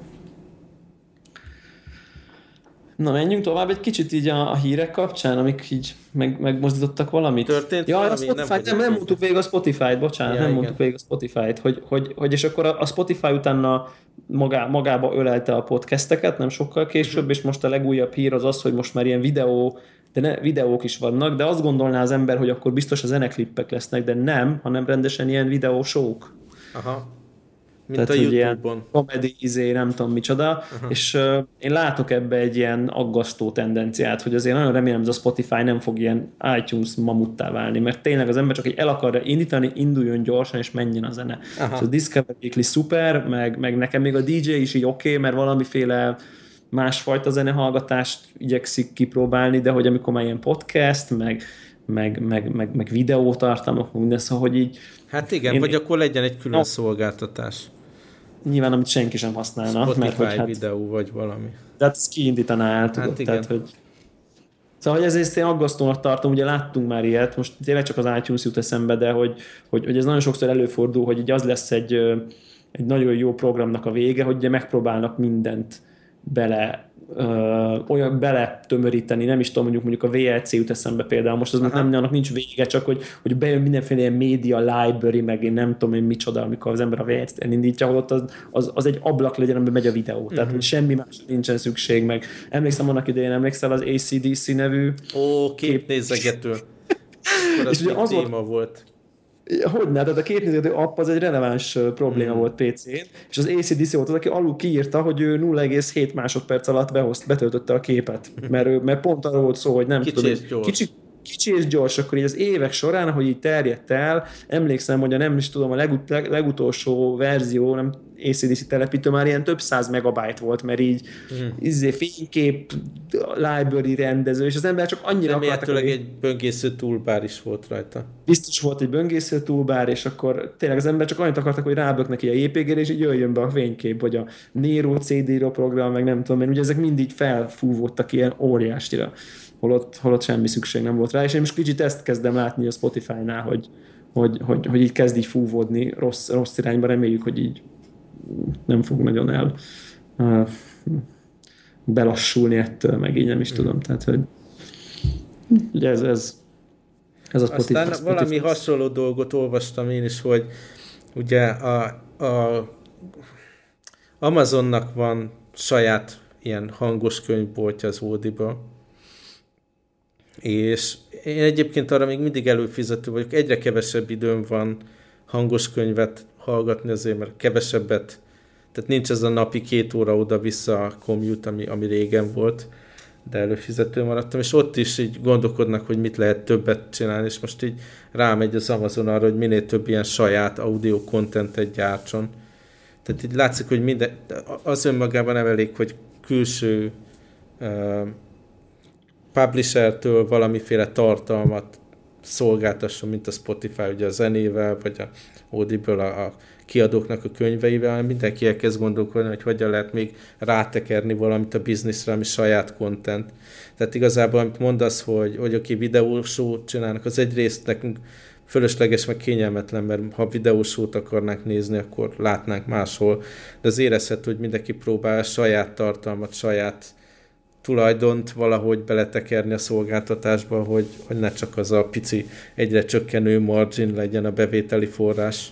Na, menjünk tovább egy kicsit így a, a hírek kapcsán, amik így meg, megmozdítottak valamit. Történt ja, valami? A Spotify, nem, nem, nem mondtuk végig a Spotify-t, bocsánat, ja, nem igen. mondtuk végig a Spotify-t, hogy, hogy, hogy és akkor a, a Spotify utána magá, magába ölelte a podcasteket, nem sokkal később, uh-huh. és most a legújabb hír az az, hogy most már ilyen videó, de ne, videók is vannak, de azt gondolná az ember, hogy akkor biztos a zeneklippek lesznek, de nem, hanem rendesen ilyen videósók. Aha. Mint tehát, a YouTube-on. Comedy, izé, nem tudom micsoda, uh-huh. és uh, én látok ebbe egy ilyen aggasztó tendenciát, hogy azért nagyon remélem, hogy a Spotify nem fog ilyen iTunes mamuttá válni, mert tényleg az ember csak egy el akarja indítani, induljon gyorsan, és menjen a zene. Uh-huh. So a Discovery Weekly szuper, meg, meg nekem még a dé dzsé is így oké, okay, mert valamiféle másfajta zenehallgatást igyekszik kipróbálni, de hogy amikor már ilyen podcast, meg meg, meg, meg, meg videótartalmak, minden, szóval, hogy így... Hát igen, én, vagy akkor legyen egy külön no, szolgáltatás. Nyilván, amit senki sem használna. Spotify mert, hogy, hát, videó, vagy valami. De hát ezt kiindítaná el, tudod. Hát tehát, hogy... Szóval, hogy ezért én aggasztónak tartom, ugye láttunk már ilyet, most tényleg csak az iTunes jut eszembe, de hogy, hogy, hogy ez nagyon sokszor előfordul, hogy így az lesz egy, egy nagyon jó programnak a vége, hogy ugye megpróbálnak mindent bele Ö, olyan bele tömöríteni, nem is tudom, mondjuk mondjuk a vé el cé jut eszembe például, most az nem, annak nincs vége, csak hogy, hogy bejön mindenféle ilyen media library, meg én nem tudom én micsoda, amikor az ember a vé el cét elindítja, hogy ott az, az, az egy ablak legyen, amiben megy a videó. Uh-huh. Tehát, hogy semmi más nincsen szükség, meg emlékszem annak idején, emlékszel az á cé dé cé nevű Ó, képnézegető. Akkor az még téma volt. volt. Hogyne, tehát a képnézegető app az egy releváns probléma hmm. volt pé cén, és az á cé dé cé volt az, aki alul kiírta, hogy ő nulla egész hét másodperc alatt behozt, betöltötte a képet, mert, mert pont arról volt szó, hogy nem kicsi tudom, és gyors. Kicsi, kicsi és gyors, akkor így az évek során, ahogy így terjedt el, emlékszem, hogy a nem is tudom, a legut, leg, legutolsó verzió, nem, á cé dé cé telepítő már ilyen több száz megabyte volt, mert így mm. izé, fénykép, library rendező, és az ember csak annyira akartak... Remélhetőleg egy böngésző toolbar is volt rajta. Biztos volt egy böngésző toolbar, és akkor tényleg az ember csak annyit akartak, hogy rábök neki a jé pé gére, és így jöjjön be a fénykép, vagy a Nero cé dé-ro program, meg nem tudom én, ugye ezek mind így felfúvódtak ilyen óriásira, holott, holott semmi szükség nem volt rá, és én most kicsit ezt kezdem látni a Spotify-nál, hogy, hogy, hogy, hogy így kezd így fúvódni rossz, rossz irányba, reméljük, hogy így nem fog nagyon el uh, belassulni ettől, meg így nem is mm. tudom, tehát, hogy ugye ez, ez, ez a Spotify. Aztán Spotify. Valami hasonló dolgot olvastam én is, hogy ugye a, a Amazonnak van saját ilyen hangos könyvboltja, az Audible, és én egyébként arra még mindig előfizető vagyok, egyre kevesebb időm van hangos könyvet hallgatni azért, mert kevesebbet, tehát nincs ez a napi két óra oda-vissza a commute, ami, ami régen volt, de előfizető maradtam, és ott is így gondolkodnak, hogy mit lehet többet csinálni, és most így rámegy az Amazon arra, hogy minél több ilyen saját audio contentet gyártson. Tehát így látszik, hogy minden, az önmagában nem elég, hogy külső uh, publishertől valamiféle tartalmat szolgáltasson, mint a Spotify, ugye a zenével, vagy a Audible a, a kiadóknak a könyveivel, mindenki elkezd gondolkodni, hogy hogyan lehet még rátekerni valamit a bizniszre, ami saját content. Tehát igazából, amit mondasz, hogy, hogy aki videósót csinálnak, az egyrészt nekünk fölösleges, meg kényelmetlen, mert ha videósót akarnánk nézni, akkor látnánk máshol, de az érezhető, hogy mindenki próbál saját tartalmat, saját tulajdont valahogy beletekerni a szolgáltatásba, hogy, hogy ne csak az a pici, egyre csökkenő margin legyen a bevételi forrás.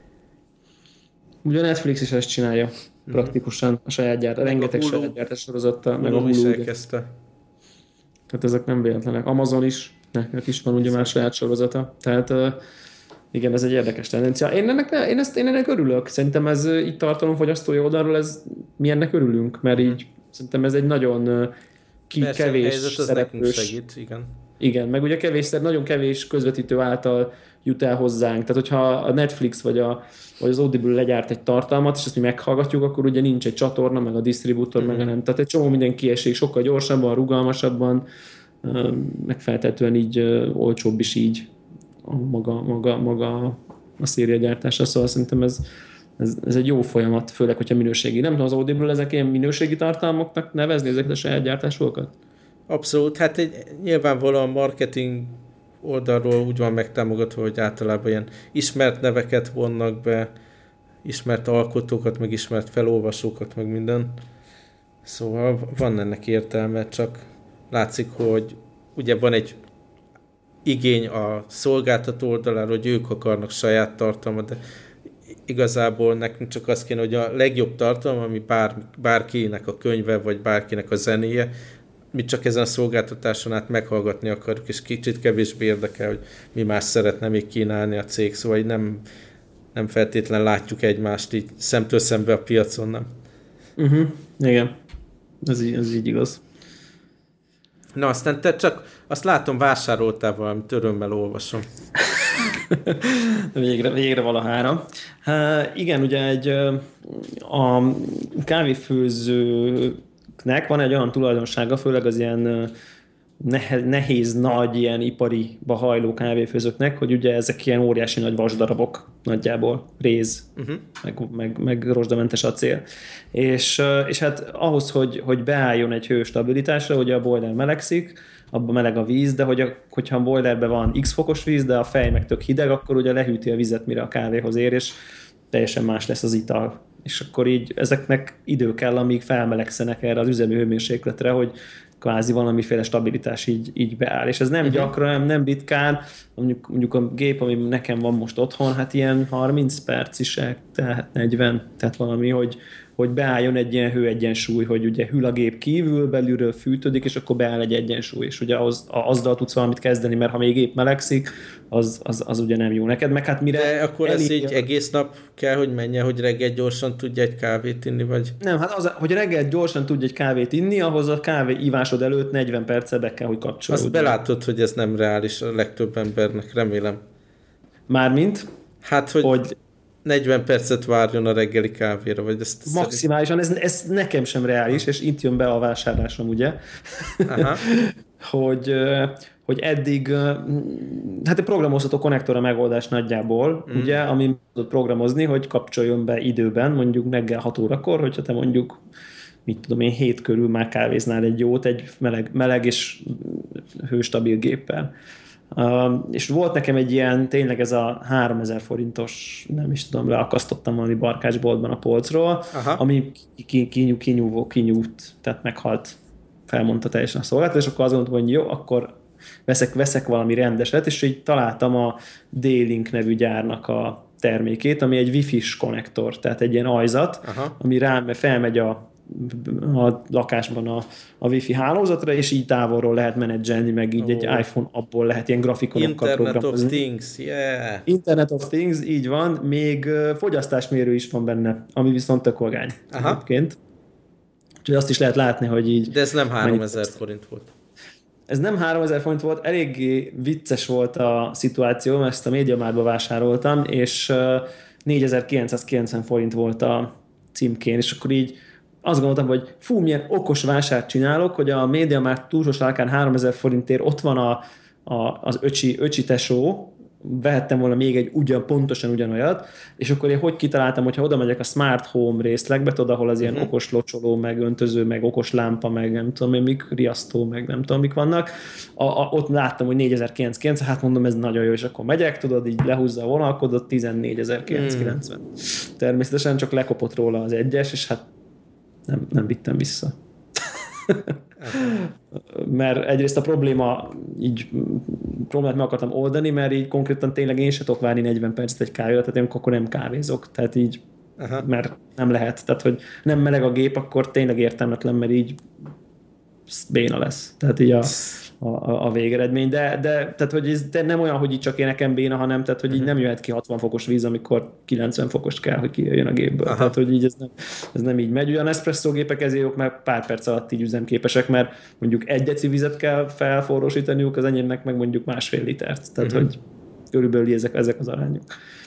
Ugye a Netflix is ezt csinálja mm-hmm. praktikusan a saját gyárt, rengeteg Hulu, saját gyártás sorozattal, meg a Hulu is elkezdte. Tehát ezek nem véletlenek. Amazon is, nekik is van ugye már saját sorozata. Tehát igen, ez egy érdekes tendencia. Én ennek, én ezt, én ennek örülök. Szerintem ez így tartalomfogyasztói oldalról, ez, mi ennek örülünk, mert így szerintem ez egy nagyon ki, Persze, kevés szereplős. Segít, igen. Igen, meg ugye kevés, nagyon kevés közvetítő által jut el hozzánk. Tehát, hogyha a Netflix vagy, a, vagy az Audible legyárt egy tartalmat, és ezt mi meghallgatjuk, akkor ugye nincs egy csatorna, meg a disztribútor, mm-hmm. meg nem. Tehát egy csomó minden kiesik, sokkal gyorsabban, rugalmasabban, meg feltétlenül így olcsóbb is így a maga, maga, maga a szériagyártása. Szóval szerintem ez, ez, ez egy jó folyamat, főleg, hogyha minőségi. Nem tudom, az Audible ezek ilyen minőségi tartalmaknak nevezni ezeket a saját gyártásokat? Abszolút, hát egy, nyilvánvalóan marketing oldalról úgy van megtámogatva, hogy általában ilyen ismert neveket vonnak be, ismert alkotókat, meg ismert felolvasókat, meg minden. Szóval van ennek értelme, csak látszik, hogy ugye van egy igény a szolgáltató oldaláról, hogy ők akarnak saját tartalmat, de igazából nekünk csak az kéne, hogy a legjobb tartalom, ami bár, bárkinek a könyve, vagy bárkinek a zenéje, mi csak ezen a szolgáltatáson át meghallgatni akarjuk, és kicsit kevésbé érdekel, hogy mi más szeretne még kínálni a cég, szóval így nem, nem feltétlen látjuk egymást így szemtől szembe a piacon, nem? Uh-huh. Igen, ez így, ez így igaz. Na, aztán te csak azt látom, vásároltál valamit, örömmel olvasom. végre, végre valahára. Há, igen, ugye egy a kávéfőzőknek van egy olyan tulajdonsága, főleg az ilyen nehéz, nehéz nagy, ilyen ipariba hajló kávéfőzőknek, hogy ugye ezek ilyen óriási nagy vasdarabok nagyjából, réz, uh-huh. meg, meg, meg rozsdamentes acél. És, és hát ahhoz, hogy, hogy beálljon egy hőstabilitásra, ugye a boiler melegszik, abban meleg a víz, de hogy a, hogyha a boilerben van x fokos víz, de a fej meg tök hideg, akkor ugye lehűti a vizet, mire a kávéhoz ér, és teljesen más lesz az ital. És akkor így ezeknek idő kell, amíg felmelegszenek erre az üzemi hőmérsékletre, hogy kvázi valamiféle stabilitás így, így beáll. És ez nem uh-huh. gyakran, nem, nem ritkán, mondjuk, mondjuk a gép, ami nekem van most otthon, hát ilyen harminc perc is, tehát negyven, tehát valami, hogy, hogy beálljon egy ilyen hőegyensúly, hogy ugye hűl a gép kívül, belülről fűtődik, és akkor beáll egy egyensúly, és ugye az, azzal tudsz valamit kezdeni, mert ha még gép melegszik, az, az, az ugye nem jó neked, meg hát mire... De akkor ez így egész nap kell, hogy menjen, hogy reggel gyorsan tudja egy kávét inni, vagy... Nem, hát az, hogy reggel gyorsan tudja egy kávét inni, ahhoz a kávé ivásod előtt negyven perccel be kell, hogy kapcsolódjon. Azt belátod, hogy ez nem reális a legtöbb embernek, remélem. Mármint? Hát, hogy... hogy... negyven percet várjon a reggeli kávéra, vagy ezt... Maximálisan, ez, ez nekem sem reális, és itt jön be a vásárlásom, ugye? Aha. hogy, hogy eddig, hát egy programozható konnektor a megoldás nagyjából, mm. ugye, ami tudod programozni, hogy kapcsoljon be időben, mondjuk reggel hat órakor, hogyha te mondjuk, mit tudom én, hét körül már kávéznál egy jót, egy meleg, meleg és hőstabil géppel. Uh, és volt nekem egy ilyen, tényleg ez a háromezer forintos, nem is tudom, leakasztottam valami barkácsboltban a polcról, aha. ami kinyúvó, kinyúvó, kinyújt, tehát meghalt, felmondta teljesen a szolgáltatás, és akkor azt gondoltam, hogy jó, akkor veszek, veszek valami rendeset, és így találtam a D-Link nevű gyárnak a termékét, ami egy Wi-Fi-s konnektor, tehát egy ilyen ajzat, aha. ami rám felmegy a a lakásban a, a Wi-Fi hálózatra, és így távolról lehet menedzselni, meg így oh. egy iPhone appból lehet ilyen grafikonokkal Internet programozni. of Things, yeah! Internet of Things, így van, még fogyasztásmérő is van benne, ami viszont tök vagány egyébként. Úgyhogy azt is lehet látni, hogy így... De ez nem háromezer forint volt. Ez nem háromezer forint volt, eléggé vicces volt a szituáció, mert ezt a MediaMarktba vásároltam, és négyezer-kilencszázkilencven forint volt a címkén, és akkor így azt gondoltam, hogy fú, milyen okos vásárt csinálok, hogy a MediaMarkt túlsó sarkán háromezer forintért ott van a, a, az öcsi, öcsi tesó, vehettem volna még egy ugyan, pontosan ugyanolyat, és akkor én hogy kitaláltam, hogyha oda megyek a Smart Home részlegbe, tudod, ahol az ilyen uh-huh. okos locsoló, meg öntöző, meg okos lámpa, meg nem tudom én, mik, riasztó, meg nem tudom, mik vannak. A, a, ott láttam, hogy négyezer-kilencszázkilencven, hát mondom, ez nagyon jó, és akkor megyek, tudod, így lehúzza a vonalkodot, tizennégyezer-kilencszázkilencven. Hmm. Természetesen csak lekopott róla az egyes, és hát nem, nem vittem vissza. Mert egyrészt a probléma, így problémát meg akartam oldani, mert így konkrétan tényleg én se tudok várni negyven percet egy kávéra, tehát én akkor nem kávézok, tehát így, aha. mert nem lehet, tehát hogy nem meleg a gép, akkor tényleg értelmetlen, mert így béna lesz, tehát így a, a, a végeredmény, de, de, tehát, hogy ez de nem olyan, hogy így csak én nekem béna, hanem tehát, hogy így nem jöhet ki hatvan fokos víz, amikor kilencven fokos kell, hogy kijöjjön a gépből. Aha. Tehát, hogy így ez nem, ez nem így megy. Ugyan Nespresso gépek ezért jók, mert pár perc alatt így üzemképesek, mert mondjuk egy deci vizet kell felforrósítaniuk, az enyémnek meg mondjuk másfél litert. Tehát, uh-huh. hogy körülbelül ezek, ezek az arányok.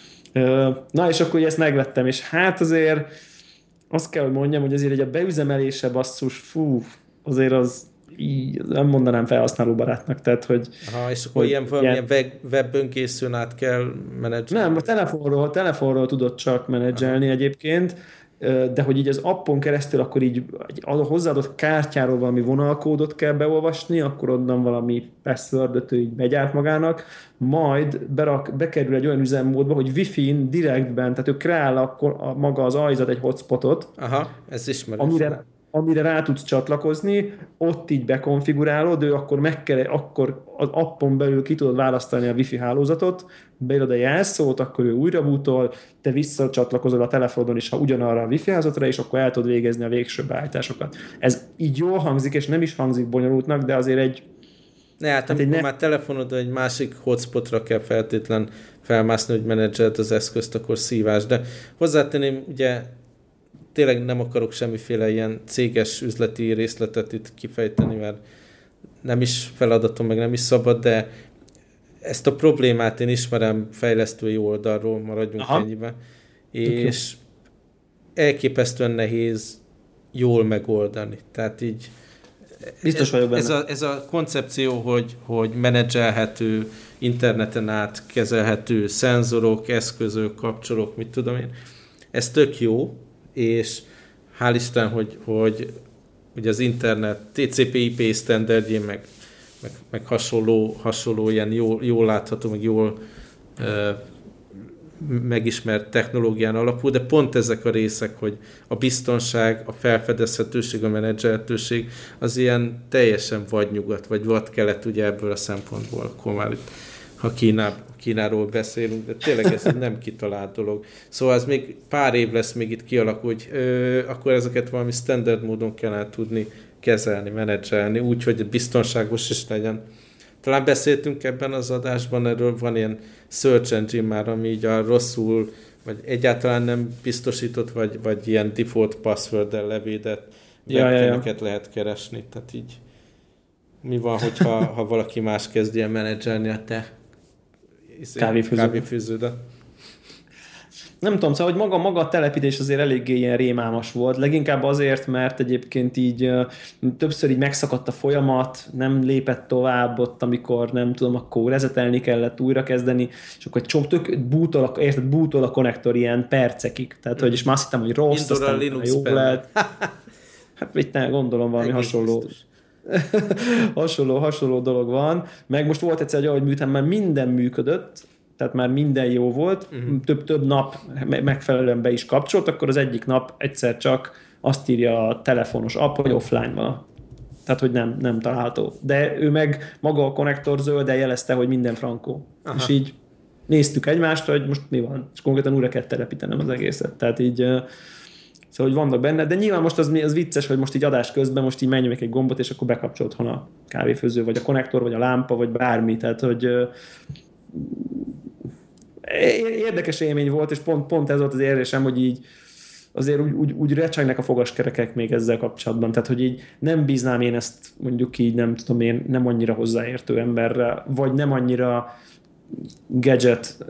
Na, és akkor ezt megvettem, és hát azért azt kell, hogy mondjam, hogy azért egy a beüzemelése basszus, fú, azért az így nem mondanám felhasználóbarátnak, tehát, hogy... Aha, és akkor ilyen valamilyen ilyen... webön készülni át kell menedzselni? Nem, a telefonról, telefonról tudod csak menedzselni aha. egyébként, de hogy így az appon keresztül akkor így a hozzáadott kártyáról valami vonalkódot kell beolvasni, akkor onnan valami passwordot ő így begyárt magának, majd berak, bekerül egy olyan üzemmódba, hogy Wi-Fi-n direktben, tehát ő kreál akkor a, maga az ajzat egy hotspotot, aha, ez ismerős. Amire, amire rá tudsz csatlakozni, ott így bekonfigurálod, ő akkor, meg kell, akkor az appon belül ki tudod választani a Wi-Fi hálózatot, beírod a jelszót, akkor ő újra bootol, te visszacsatlakozol a telefonodon is, ha ugyanarra a Wi-Fi hálózatra, és akkor el tudod végezni a végső beállításokat. Ez így jól hangzik, és nem is hangzik bonyolultnak, de azért egy... Ne, hát, hát amikor ne... már telefonodon egy másik hotspotra kell feltétlen felmászni, hogy menedzselt az eszközt, akkor szívás. De hozzátenném, ugye tényleg nem akarok semmiféle ilyen céges üzleti részletet itt kifejteni, mert nem is feladatom, meg nem is szabad, de ezt a problémát én ismerem fejlesztői oldalról, maradjunk aha. ennyibe, és elképesztően nehéz jól megoldani. Tehát így biztos vagyok benne. Ez a, ez a koncepció, hogy, hogy menedzselhető, interneten át kezelhető szenzorok, eszközök, kapcsolók, mit tudom én, ez tök jó, és hál' Isten, hogy, hogy ugye az internet té cé pé i pé standardjén, meg, meg, meg hasonló, hasonló ilyen jól, jól látható, meg jól uh, megismert technológián alapul, de pont ezek a részek, hogy a biztonság, a felfedezhetőség, a menedzselhetőség, az ilyen teljesen vadnyugat, vagy vadkelet ugye ebből a szempontból, akkor már itt, ha Kíná, Kínáról beszélünk, de tényleg ez nem kitalált dolog. Szóval ez még pár év lesz, még itt kialakul, hogy ö, akkor ezeket valami standard módon kellene tudni kezelni, menedzselni, úgy, hogy biztonságos is legyen. Talán beszéltünk ebben az adásban, erről van ilyen search engine már, ami így a rosszul, vagy egyáltalán nem biztosított, vagy, vagy ilyen default password-del levédett ja, webcameket ja, ja. lehet keresni. Tehát így mi van, hogyha ha valaki más kezd ilyen menedzselni a te kávéfűződet? nem tudom, szóval, hogy maga, maga a telepítés azért eléggé ilyen rémálmas volt, leginkább azért, mert egyébként így többször így megszakadt a folyamat, nem lépett tovább ott, amikor nem tudom, akkor rezetelni kellett, újra kezdeni, és akkor egy csomó tök bútol, érted, bútol a konnektor ilyen percekig, tehát hogy is már azt hittem, hogy rossz, Indul aztán jó lehet. Hát mit ne, gondolom valami egész hasonló. hasonló, hasonló dolog van, meg most volt egyszer, hogy ahogy műtem, már minden működött, tehát már minden jó volt, uh-huh. több, több nap megfelelően be is kapcsolt, akkor az egyik nap egyszer csak azt írja a telefonos app, hogy offline van. Tehát, hogy nem, nem található. De ő meg maga a konnektor zölden jelezte, hogy minden frankó. Aha. És így néztük egymást, hogy most mi van. És konkrétan újra kell telepítenem az egészet. Tehát így, szóval, hogy vannak benne, de nyilván most az, az vicces, hogy most így adás közben most így megnyomjuk egy gombot, és akkor bekapcsolt hon a kávéfőző, vagy a konnektor, vagy a lámpa, vagy bármi. Tehát, hogy érdekes élmény volt, és pont, pont ez volt az érzésem, hogy így azért úgy, úgy, úgy recsegnek a fogaskerekek még ezzel kapcsolatban. Tehát, hogy így nem bíznám én ezt mondjuk így, nem tudom én, nem annyira hozzáértő emberre, vagy nem annyira gadget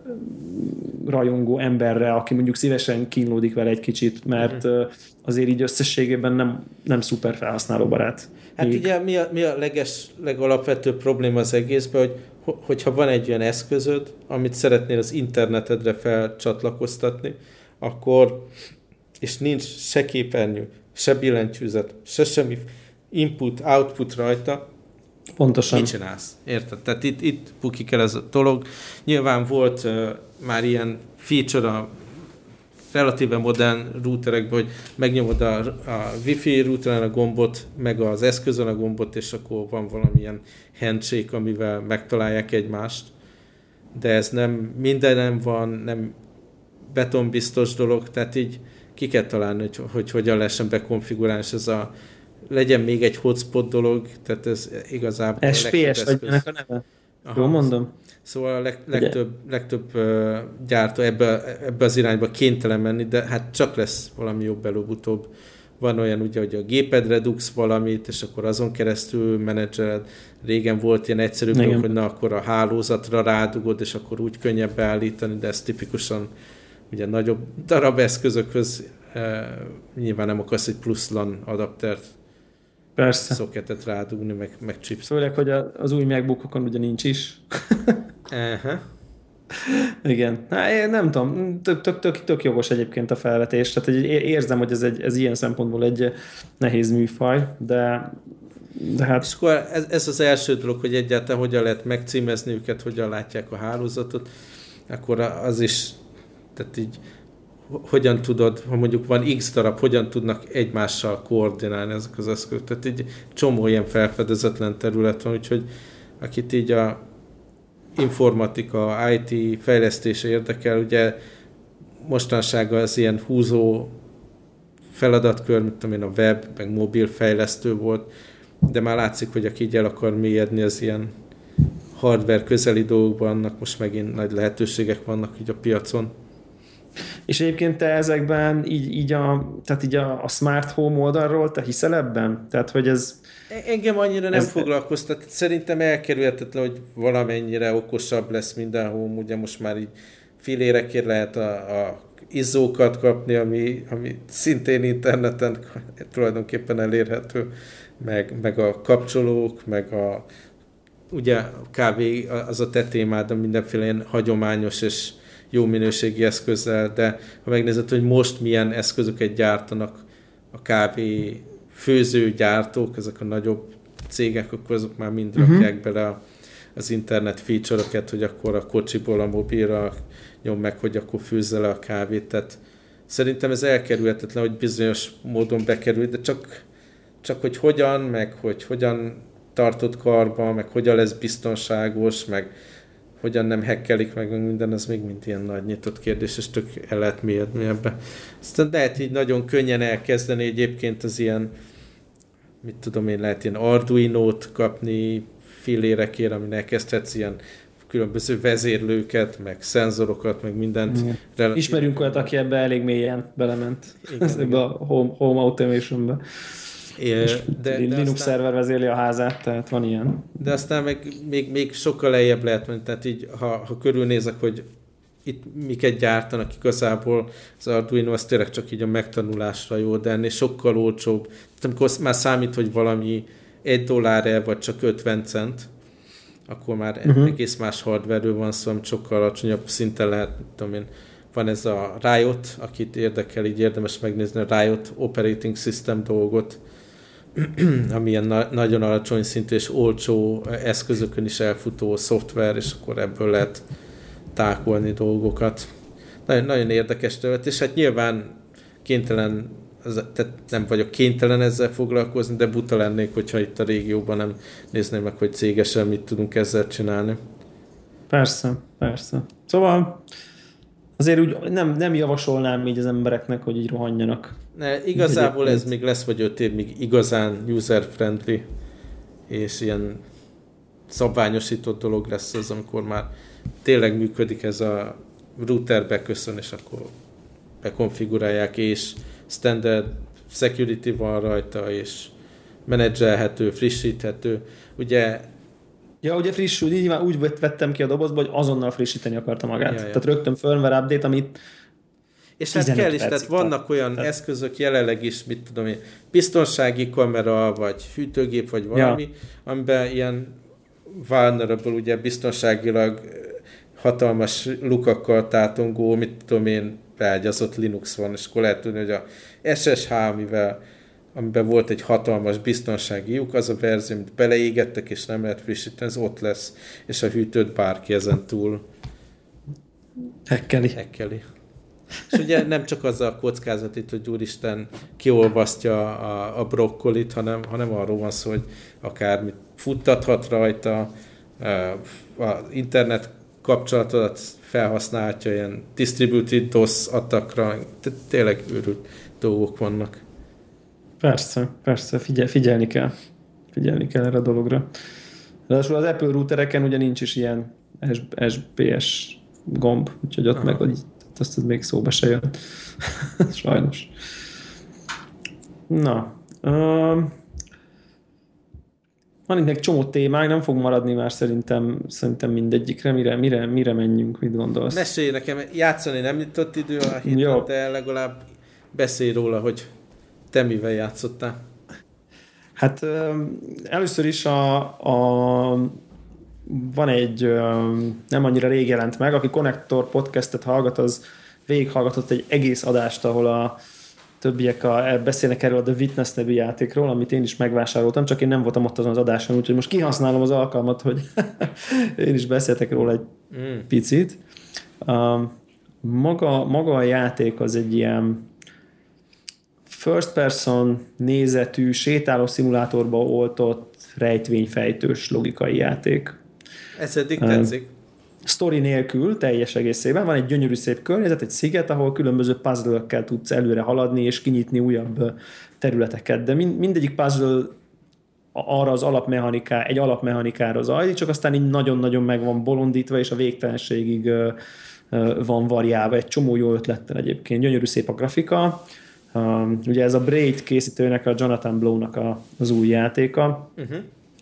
rajongó emberre, aki mondjuk szívesen kínlódik vele egy kicsit, mert mm. azért így összességében nem, nem szuper felhasználóbarát. Hát még. Ugye mi a, mi a leges, legalapvetőbb probléma az egészben, hogy hogyha van egy olyan eszközöd, amit szeretnél az internetedre felcsatlakoztatni, akkor, és nincs se képernyő, se billentyűzet, se semmi input, output rajta, pontosan. Mit csinálsz? Érted? Tehát itt, itt bukik el ez a dolog. Nyilván volt uh, már ilyen feature a relatíve modern routerekben, hogy megnyomod a, a Wi-Fi routeren a gombot, meg az eszközön a gombot, és akkor van valamilyen handshake, amivel megtalálják egymást. De ez nem mindenem van, nem betonbiztos dolog, tehát így ki kell találni, hogy, hogy hogyan lehessen bekonfigurálni, és ez a legyen még egy hotspot dolog, tehát ez igazából es pé es vagy ennek a neve? Jól mondom? Szóval a leg, legtöbb, legtöbb uh, gyártó ebbe, ebbe az irányba kénytelen menni, de hát csak lesz valami jobb előbb-utóbb. Van olyan ugye, hogy a gépedre dugsz valamit, és akkor azon keresztül menedzseled. Régen volt ilyen egyszerűbb dolog, hogy na akkor a hálózatra rádugod, és akkor úgy könnyebb beállítani, de ez tipikusan ugye nagyobb darab eszközökhöz uh, nyilván nem akarsz egy plusz LAN adaptert, persze, szoketet rádugni, meg, meg chips. Főleg, hogy az új MacBookokon ugye nincs is. uh-huh. Igen. Hát, én nem tudom, tök, tök, tök, tök jogos egyébként a felvetés. Tehát érzem, hogy ez, egy, ez ilyen szempontból egy nehéz műfaj, de, de hát... És akkor ez, ez az első dolog, hogy egyáltalán hogyan lehet megcímezni őket, hogyan látják a hálózatot, akkor az is, tehát így hogyan tudod, ha mondjuk van x darab, hogyan tudnak egymással koordinálni ezek az eszközök. Tehát így csomó ilyen felfedezetlen terület van, úgyhogy akit így a informatika, i té fejlesztése érdekel, ugye mostanság az ilyen húzó feladatkör, mint tudom én, a web, meg mobil fejlesztő volt, de már látszik, hogy aki így el akar mélyedni az ilyen hardware közeli dolgokban, annak most megint nagy lehetőségek vannak így a piacon. És egyébként te ezekben így, így, a, tehát így a, a smart home oldalról te hiszel ebben? Tehát, hogy ez... Engem annyira nem ez... foglalkoztat. Szerintem elkerülhetetlen, hogy valamennyire okosabb lesz minden home. Ugye most már így filérekért lehet a, a izzókat kapni, ami, ami szintén interneten tulajdonképpen elérhető, meg, meg a kapcsolók, meg a ugye a kávé az a te témád, de mindenféle ilyen hagyományos és jó minőségi eszközzel, de ha megnézed, hogy most milyen eszközöket gyártanak a kávé főzőgyártók, ezek a nagyobb cégek, akkor azok már mind uh-huh. rakják bele az internet feature-oket, hogy akkor a kocsiból a mobilra nyom meg, hogy akkor főzze le a kávét. Tehát szerintem ez elkerülhetetlen, hogy bizonyos módon bekerül, de csak, csak hogy hogyan, meg hogy hogyan tartott karba, meg hogyan lesz biztonságos, meg hogyan nem hackelik meg minden, az még mind ilyen nagy nyitott kérdés, és tök el lehet mélyedni ebbe. Aztán lehet így nagyon könnyen elkezdeni egyébként az ilyen, mit tudom én, lehet ilyen Arduino-t kapni fillérekért, amin elkezdhetsz ilyen különböző vezérlőket, meg szenzorokat, meg mindent. Relatív... Ismerünk olyat, aki ebbe elég mélyen belement. Igen, ebbe a home, home automation-be. É, de, Linux de aztán, szerver vezérli a házát, tehát van ilyen. De aztán meg még, még sokkal lejjebb lehet menni, tehát így, ha, ha körülnézek, hogy itt miket gyártanak igazából, az Arduino az tényleg csak így a megtanulásra jó, de ennél sokkal olcsóbb. Tehát amikor már számít, hogy valami egy dollár vagy csak ötven cent, akkor már uh-huh. egész más hardware-ről van szó, amit sokkal alacsonyabb szinten lehet, tudom én, van ez a Riot, akit érdekel, így érdemes megnézni a Riot Operating System dolgot, ami ilyen na- nagyon alacsony szintű és olcsó eszközökön is elfutó szoftver, és akkor ebből lehet tákolni dolgokat. Nagyon, nagyon érdekes terület, és hát nyilván kénytelen, tehát nem vagyok kénytelen ezzel foglalkozni, de buta lennék, hogyha itt a régióban nem nézném meg, hogy cégesen mit tudunk ezzel csinálni. Persze, persze. Szóval azért úgy nem, nem javasolnám így az embereknek, hogy így rohanjanak. Ne, igazából ez még lesz vagy öt év, még igazán user-friendly és ilyen szabványosított dolog lesz az, amikor már tényleg működik ez a router beköszön, és akkor bekonfigurálják, és standard security van rajta, és menedzselhető, frissíthető. Ugye Ja, ugye friss, úgy, nyilván úgy vettem ki a dobozba, hogy azonnal frissíteni akarta magát. Ja, ja. Tehát rögtön firmware update, amit és hát kell is, tehát vannak olyan tehát... eszközök jelenleg is, mit tudom én, biztonsági kamera, vagy hűtőgép, vagy valami, ja. amiben ilyen vulnerable, ugye biztonságilag hatalmas lukakkal tátongó, mit tudom én, beágyazott Linux van, és akkor lehet tudni, hogy a es es há, amivel, amiben volt egy hatalmas biztonsági lyuk, az a verzió, amit beleégettek, és nem lehet frissíteni, ez ott lesz, és a hűtőt bárki ezen túl hekkeli. hekkeli. És ugye nem csak az a kockázat itt, hogy úristen kiolvasztja a, a brokkolit, hanem, hanem arról van szó, hogy akármit futtathat rajta, az internet kapcsolatodat felhasználhatja ilyen distributed DOS attackra, tényleg őrült dolgok vannak. Persze, persze, figyel, figyelni kell. Figyelni kell erre a dologra. Ráadásul az Apple routereken ugye nincs is ilyen es bé es gomb, úgyhogy ott Aha. meg hogy azt az még szóba se jön. Sajnos. Na. Um, van itt még csomó témák, nem fog maradni már szerintem, szerintem mindegyikre. Mire, mire, mire menjünk, mit gondolsz? Mesélj nekem, játszani nem jutott idő a héten, de legalább beszélj róla, hogy te mivel játszottál. Hát először is a, a van egy nem annyira rég jelent meg, aki Connector podcastet hallgat, az végighallgatott egy egész adást, ahol a többiek a, beszélnek erről a The Witness nevű játékról, amit én is megvásároltam, csak én nem voltam ott azon az adáson, úgyhogy most kihasználom az alkalmat, hogy én is beszéltek róla egy mm. picit. Maga, maga a játék az egy ilyen first person nézetű, sétáló szimulátorba oltott, rejtvényfejtős logikai játék. Ez eddig tetszik. Sztori nélkül, teljes egészében. Van egy gyönyörű szép környezet, egy sziget, ahol különböző puzzle-ökkel tudsz előre haladni és kinyitni újabb területeket. De mindegyik puzzle arra az alapmechaniká, egy alapmechanikára zajlik, csak aztán így nagyon-nagyon meg van bolondítva, és a végtelenségig van variálva. Egy csomó jó ötlettel egyébként. Gyönyörű szép a grafika. Ugye ez a Braid készítőnek, a Jonathan Blow-nak a, az új játéka. Uh-huh.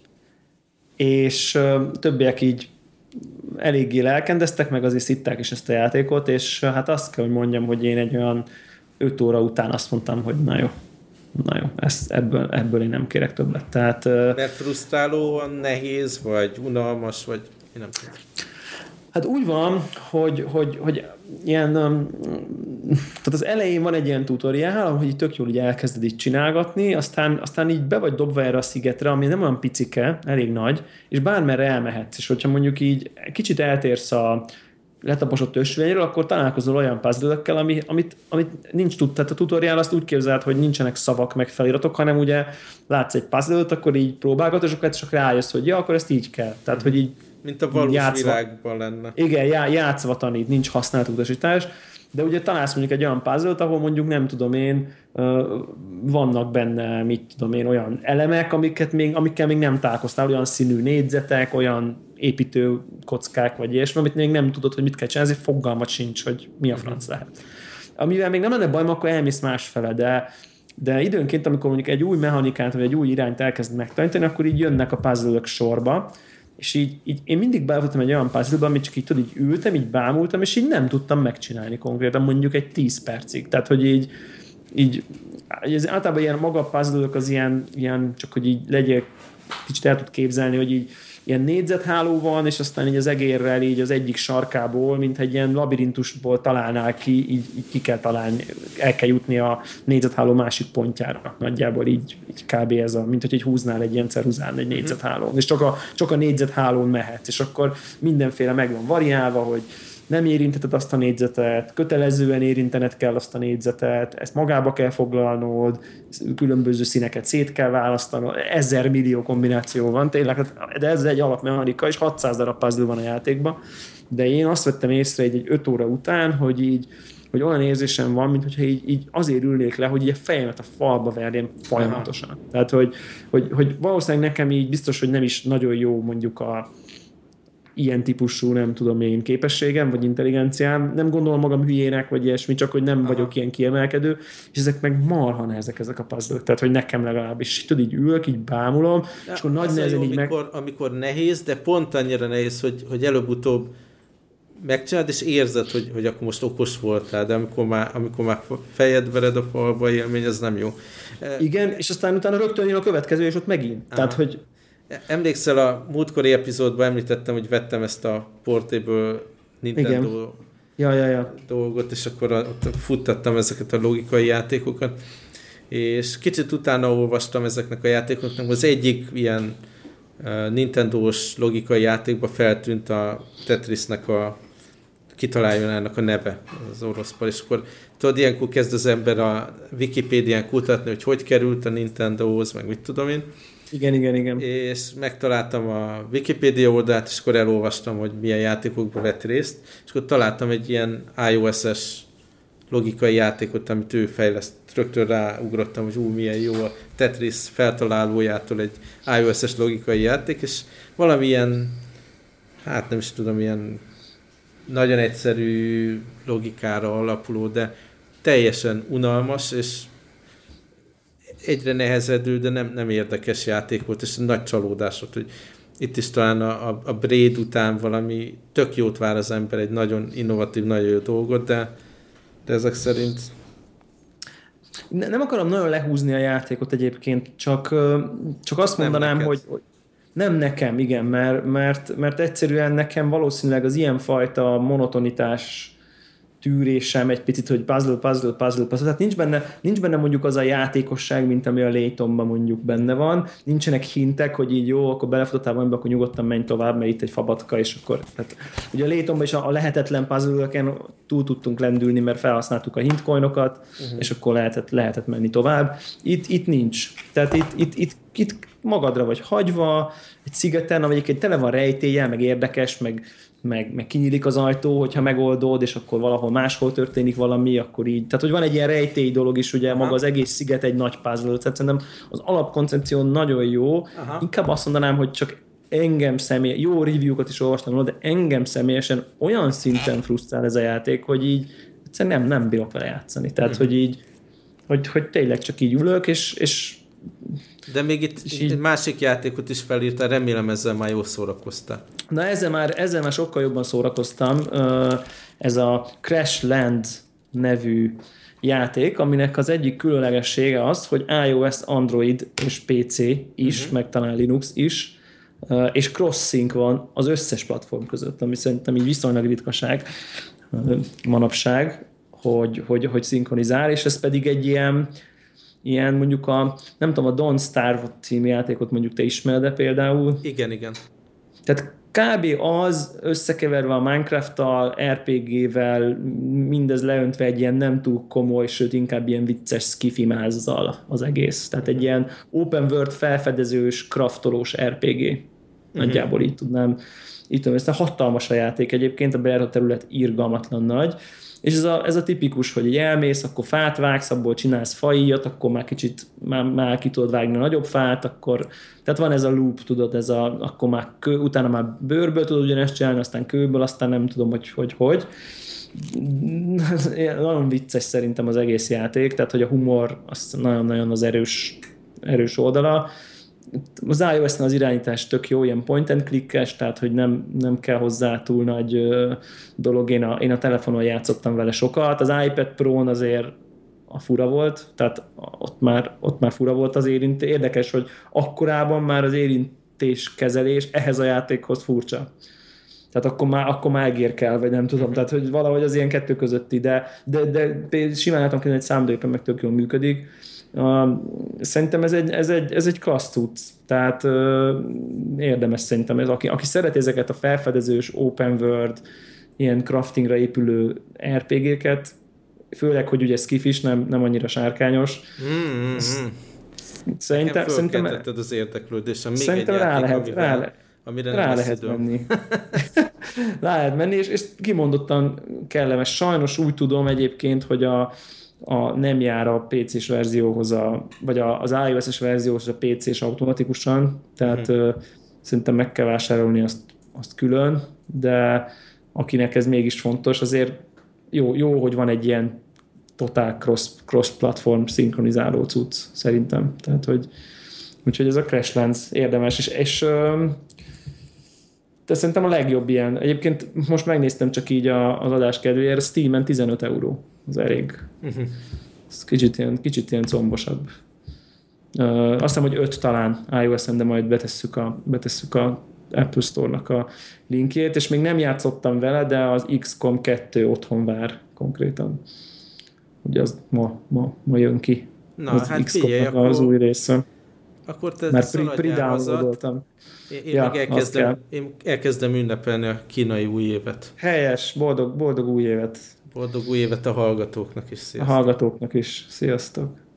És többiek így eléggé lelkendeztek, meg azért szitták is ezt a játékot, és hát azt kell, hogy mondjam, hogy én egy olyan öt óra után azt mondtam, hogy na jó, na jó, ezt, ebből, ebből én nem kérek többet. Tehát, mert frusztrálóan nehéz, vagy unalmas, vagy én nem tudom. Hát úgy van, hogy, hogy, hogy ilyen, tehát az elején van egy ilyen tutoriál, hogy így tök jól így elkezded így csinálgatni, aztán, aztán így be vagy dobva erre a szigetre, ami nem olyan picike, elég nagy, és bármerre elmehetsz, és hogyha mondjuk így kicsit eltérsz a letaposott ösvényről, akkor találkozol olyan puzzle-ökkel, ami, amit, amit nincs tud, tehát a tutoriál azt úgy képzeld, hogy nincsenek szavak meg feliratok, hanem ugye látsz egy puzzle-t, akkor így próbálgatod, és akkor csak rájössz, hogy ja, akkor ezt így kell. Tehát, hogy így mint a valós játszva, világban lenne. Igen, já, játszva tanít, nincs használt utasítás, de ugye találsz mondjuk egy olyan puzzle-t, ahol mondjuk nem tudom én, vannak benne, mit tudom én, olyan elemek, amiket még, amikkel még nem találkoztál, olyan színű négyzetek, olyan építő kockák, vagy ilyesmi, amit még nem tudod, hogy mit kell csinálni, ezért fogalmat sincs, hogy mi a franc lehet. Amivel még nem lenne baj, akkor elmész másfele, de de időnként, amikor mondjuk egy új mechanikát, vagy egy új irányt elkezd megtanítani, akkor így jönnek a puzzle-ök sorba, és így, így én mindig belvoltam egy olyan puzzle-ba, amit csak így, tudod, így ültem, így bámultam, és így nem tudtam megcsinálni konkrétan mondjuk egy tíz percig. Tehát, hogy így, így ez általában ilyen maga puzzle-ök az ilyen, ilyen, csak hogy így legyek, kicsit el tud képzelni, hogy így ilyen négyzetháló van, és aztán így az egérrel így az egyik sarkából, mint egy ilyen labirintusból találnál ki, így, így ki kell találni, el kell jutni a négyzetháló másik pontjára. Nagyjából így, így kb. Ez a, mint hogy így húznál egy ilyen ceruzán egy négyzethálón. És csak a, csak a négyzethálón mehetsz, és akkor mindenféle meg van variálva, hogy nem érinteted azt a négyzetet, kötelezően érintened kell azt a négyzetet, ezt magába kell foglalnod, különböző színeket szét kell választanod, ezer millió kombináció van tényleg, de ez egy alapmechanika, és hatszáz darab puzzle van a játékban, de én azt vettem észre egy, egy öt óra után, hogy így hogy olyan érzésem van, mintha így, így azért ülnék le, hogy így a fejemet a falba verjem folyamatosan. Aha. Tehát, hogy, hogy, hogy valószínűleg nekem így biztos, hogy nem is nagyon jó mondjuk a ilyen típusú, nem tudom én, képességem, vagy intelligenciám. Nem gondolom magam hülyének, vagy ilyesmi, csak hogy nem Aha. vagyok ilyen kiemelkedő, és ezek meg marha nehezek, ezek a puzzle-ök. Tehát, hogy nekem legalábbis, tudod, így ülök, így bámulom, ja, és akkor nagy nehezen így amikor, meg... amikor nehéz, de pont annyira nehéz, hogy, hogy előbb-utóbb megcsinálod, és érzed, hogy, hogy akkor most okos voltál, de amikor már, amikor már fejed vered a falba, élmény, az nem jó. Igen, és aztán utána rögtön jön a következő, és ott megint. Aha. Tehát, hogy emlékszel, a múltkori epizódban említettem, hogy vettem ezt a Portable Nintendo ja, ja, ja. dolgot, és akkor ott futtattam ezeket a logikai játékokat, és kicsit utána olvastam ezeknek a játékoknak, az egyik ilyen uh, Nintendo-s logikai játékban feltűnt a Tetrisnek a kitaláljonának a neve, az oroszpal, és akkor tudod, ilyenkor kezd az ember a Wikipédián kutatni, hogy hogy került a Nintendohoz, meg mit tudom én. Igen, igen, igen. És megtaláltam a Wikipédia oldalt, és akkor elolvastam, hogy milyen játékokban vett részt, és akkor találtam egy ilyen iOS-es logikai játékot, amit ő fejleszt. Rögtön ráugrottam, hogy ú, milyen jó a Tetris feltalálójától egy iOS-es logikai játék, és valamilyen, hát nem is tudom, ilyen nagyon egyszerű logikára alapuló, de teljesen unalmas, és egyre nehezedő, de nem, nem érdekes játék volt, és nagy csalódás volt, hogy itt is talán a, a, a Braid után valami tök jót vár az ember, egy nagyon innovatív, nagyon jó dolgot, de, de ezek szerint... Nem akarom nagyon lehúzni a játékot egyébként, csak, csak azt nem mondanám, neked. hogy nem nekem, igen, mert, mert, mert egyszerűen nekem valószínűleg az ilyenfajta monotonitás tűrésem egy picit, hogy puzzle, puzzle, puzzle, puzzle. Tehát nincs benne, nincs benne mondjuk az a játékosság, mint ami a Laytonban mondjuk benne van. Nincsenek hintek, hogy így jó, akkor belefutottál valamibe, akkor nyugodtan menj tovább, mert itt egy fabatka, és akkor... Tehát, ugye a Laytonban is a, a lehetetlen puzzle-öken túl tudtunk lendülni, mert felhasználtuk a hintcoinokat, uh-huh. és akkor lehetett, lehetett menni tovább. Itt, itt nincs. Tehát itt, itt, itt, itt magadra vagy hagyva, egy szigeten, amelyik egy tele van rejtéllyel, meg érdekes, meg Meg, meg kinyílik az ajtó, hogyha megoldod, és akkor valahol máshol történik valami, akkor így. Tehát, hogy van egy ilyen rejtély dolog is, ugye Aha. maga az egész sziget egy nagy puzzle, tehát szerintem az alapkoncepció nagyon jó. Aha. Inkább azt mondanám, hogy csak engem személy, jó review-kat is olvastam, de engem személyesen olyan szinten frusztrál ez a játék, hogy így egyszerűen nem, nem bírok vele játszani. Tehát, hmm. hogy így, hogy, hogy tényleg csak így ülök, és, és de még itt egy másik játékot is felírtál, remélem ezzel már jól szórakoztál. Na ezzel már, ezzel már sokkal jobban szórakoztam. Ez a Crash Land nevű játék, aminek az egyik különlegessége az, hogy iOS, Android és pé cé is, uh-huh. meg talán Linux is, és cross-sync van az összes platform között, ami szerintem így viszonylag ritkaság manapság, hogy, hogy, hogy szinkronizál, és ez pedig egy ilyen ilyen mondjuk a, nem tudom, a Don't Starve című játékot mondjuk te ismered-e például? Igen, igen. Tehát kb. Az összekeverve a Minecraft-tal, er pé gé-vel, mindez leöntve egy ilyen nem túl komoly, sőt inkább ilyen vicces skifimázzal az egész. Tehát egy ilyen open world felfedezős, kraftolós er pé gé. Nagyjából így tudnám. Így tudom, ez a hatalmas a játék egyébként, a bejárat terület irgalmatlan nagy. És ez a, ez a tipikus, hogy egy elmész, akkor fát vágsz, abból csinálsz faíjat, akkor már kicsit már, már ki tudod vágni a nagyobb fát, akkor, tehát van ez a loop, tudod, ez a, akkor már kő, utána már bőrből tudod ugyanezt csinálni, aztán kőből, aztán nem tudom, hogy hogy. hogy. Nagyon vicces szerintem az egész játék, tehát hogy a humor az nagyon-nagyon az erős, erős oldala, az iOS-en az irányítás tök jó, ilyen point and click-es, tehát hogy nem, nem kell hozzá túl nagy ö, dolog. Én a, én a telefonon játszottam vele sokat. Az iPad Pro-n azért a fura volt, tehát ott már, ott már fura volt az érintés. Érdekes, hogy akkorában már az érintéskezelés ehhez a játékhoz furcsa. Tehát akkor már, akkor már egér kell, vagy nem tudom. Tehát, hogy valahogy az ilyen kettő közötti, de, de, de simán látom ki, hogy egy számítógépen meg tök jól működik. Uh, szerintem ez egy, ez egy, ez egy klassz cucc. Tehát uh, érdemes szerintem ez. Aki, aki szereti ezeket a felfedezős, open world, ilyen craftingra épülő er pé gé-ket, főleg, hogy ugye skifis, nem, nem annyira sárkányos. Mm-hmm. Szerintem, szerintem az érdeklődésem. Még szerintem egy rá játék, lehet, amivel, rá, amire rá nem lehet tudom. menni. Rá lehet menni, és, és kimondottan kellemes. Sajnos úgy tudom egyébként, hogy a, a nem jár a pé cés verzióhoz, a, vagy a, az iOS-es verzióhoz a pé cés automatikusan, tehát mm-hmm. uh, szerintem meg kell vásárolni azt, azt külön, de akinek ez mégis fontos, azért jó, jó hogy van egy ilyen totál cross, cross-platform szinkronizáló cucc, szerintem. Tehát, hogy úgyhogy ez a Crashlands érdemes, és, és de szerintem a legjobb ilyen. Egyébként most megnéztem csak így a, az adás kedvéért, Steamen tizenöt euró. Az elég. Uh-huh. Ez kicsit ilyen, kicsit ilyen combosabb. Uh, azt hiszem, hogy öt talán iOS-en, de majd betesszük a, betesszük a Apple Store-nak a linkjét, és még nem játszottam vele, de az iksz kom kettő otthon vár konkrétan. Ugye az ma, ma, ma jön ki. Na, az hát iksz kom figyelj, az akkor... új része. Akkor te mert pre-downloadoltam. Én, én ja, meg elkezdem, én elkezdem ünnepelni a kínai új évet. Helyes, boldog, boldog új évet. Boldog új évet a hallgatóknak is. Sziasztok. A hallgatóknak is. Sziasztok.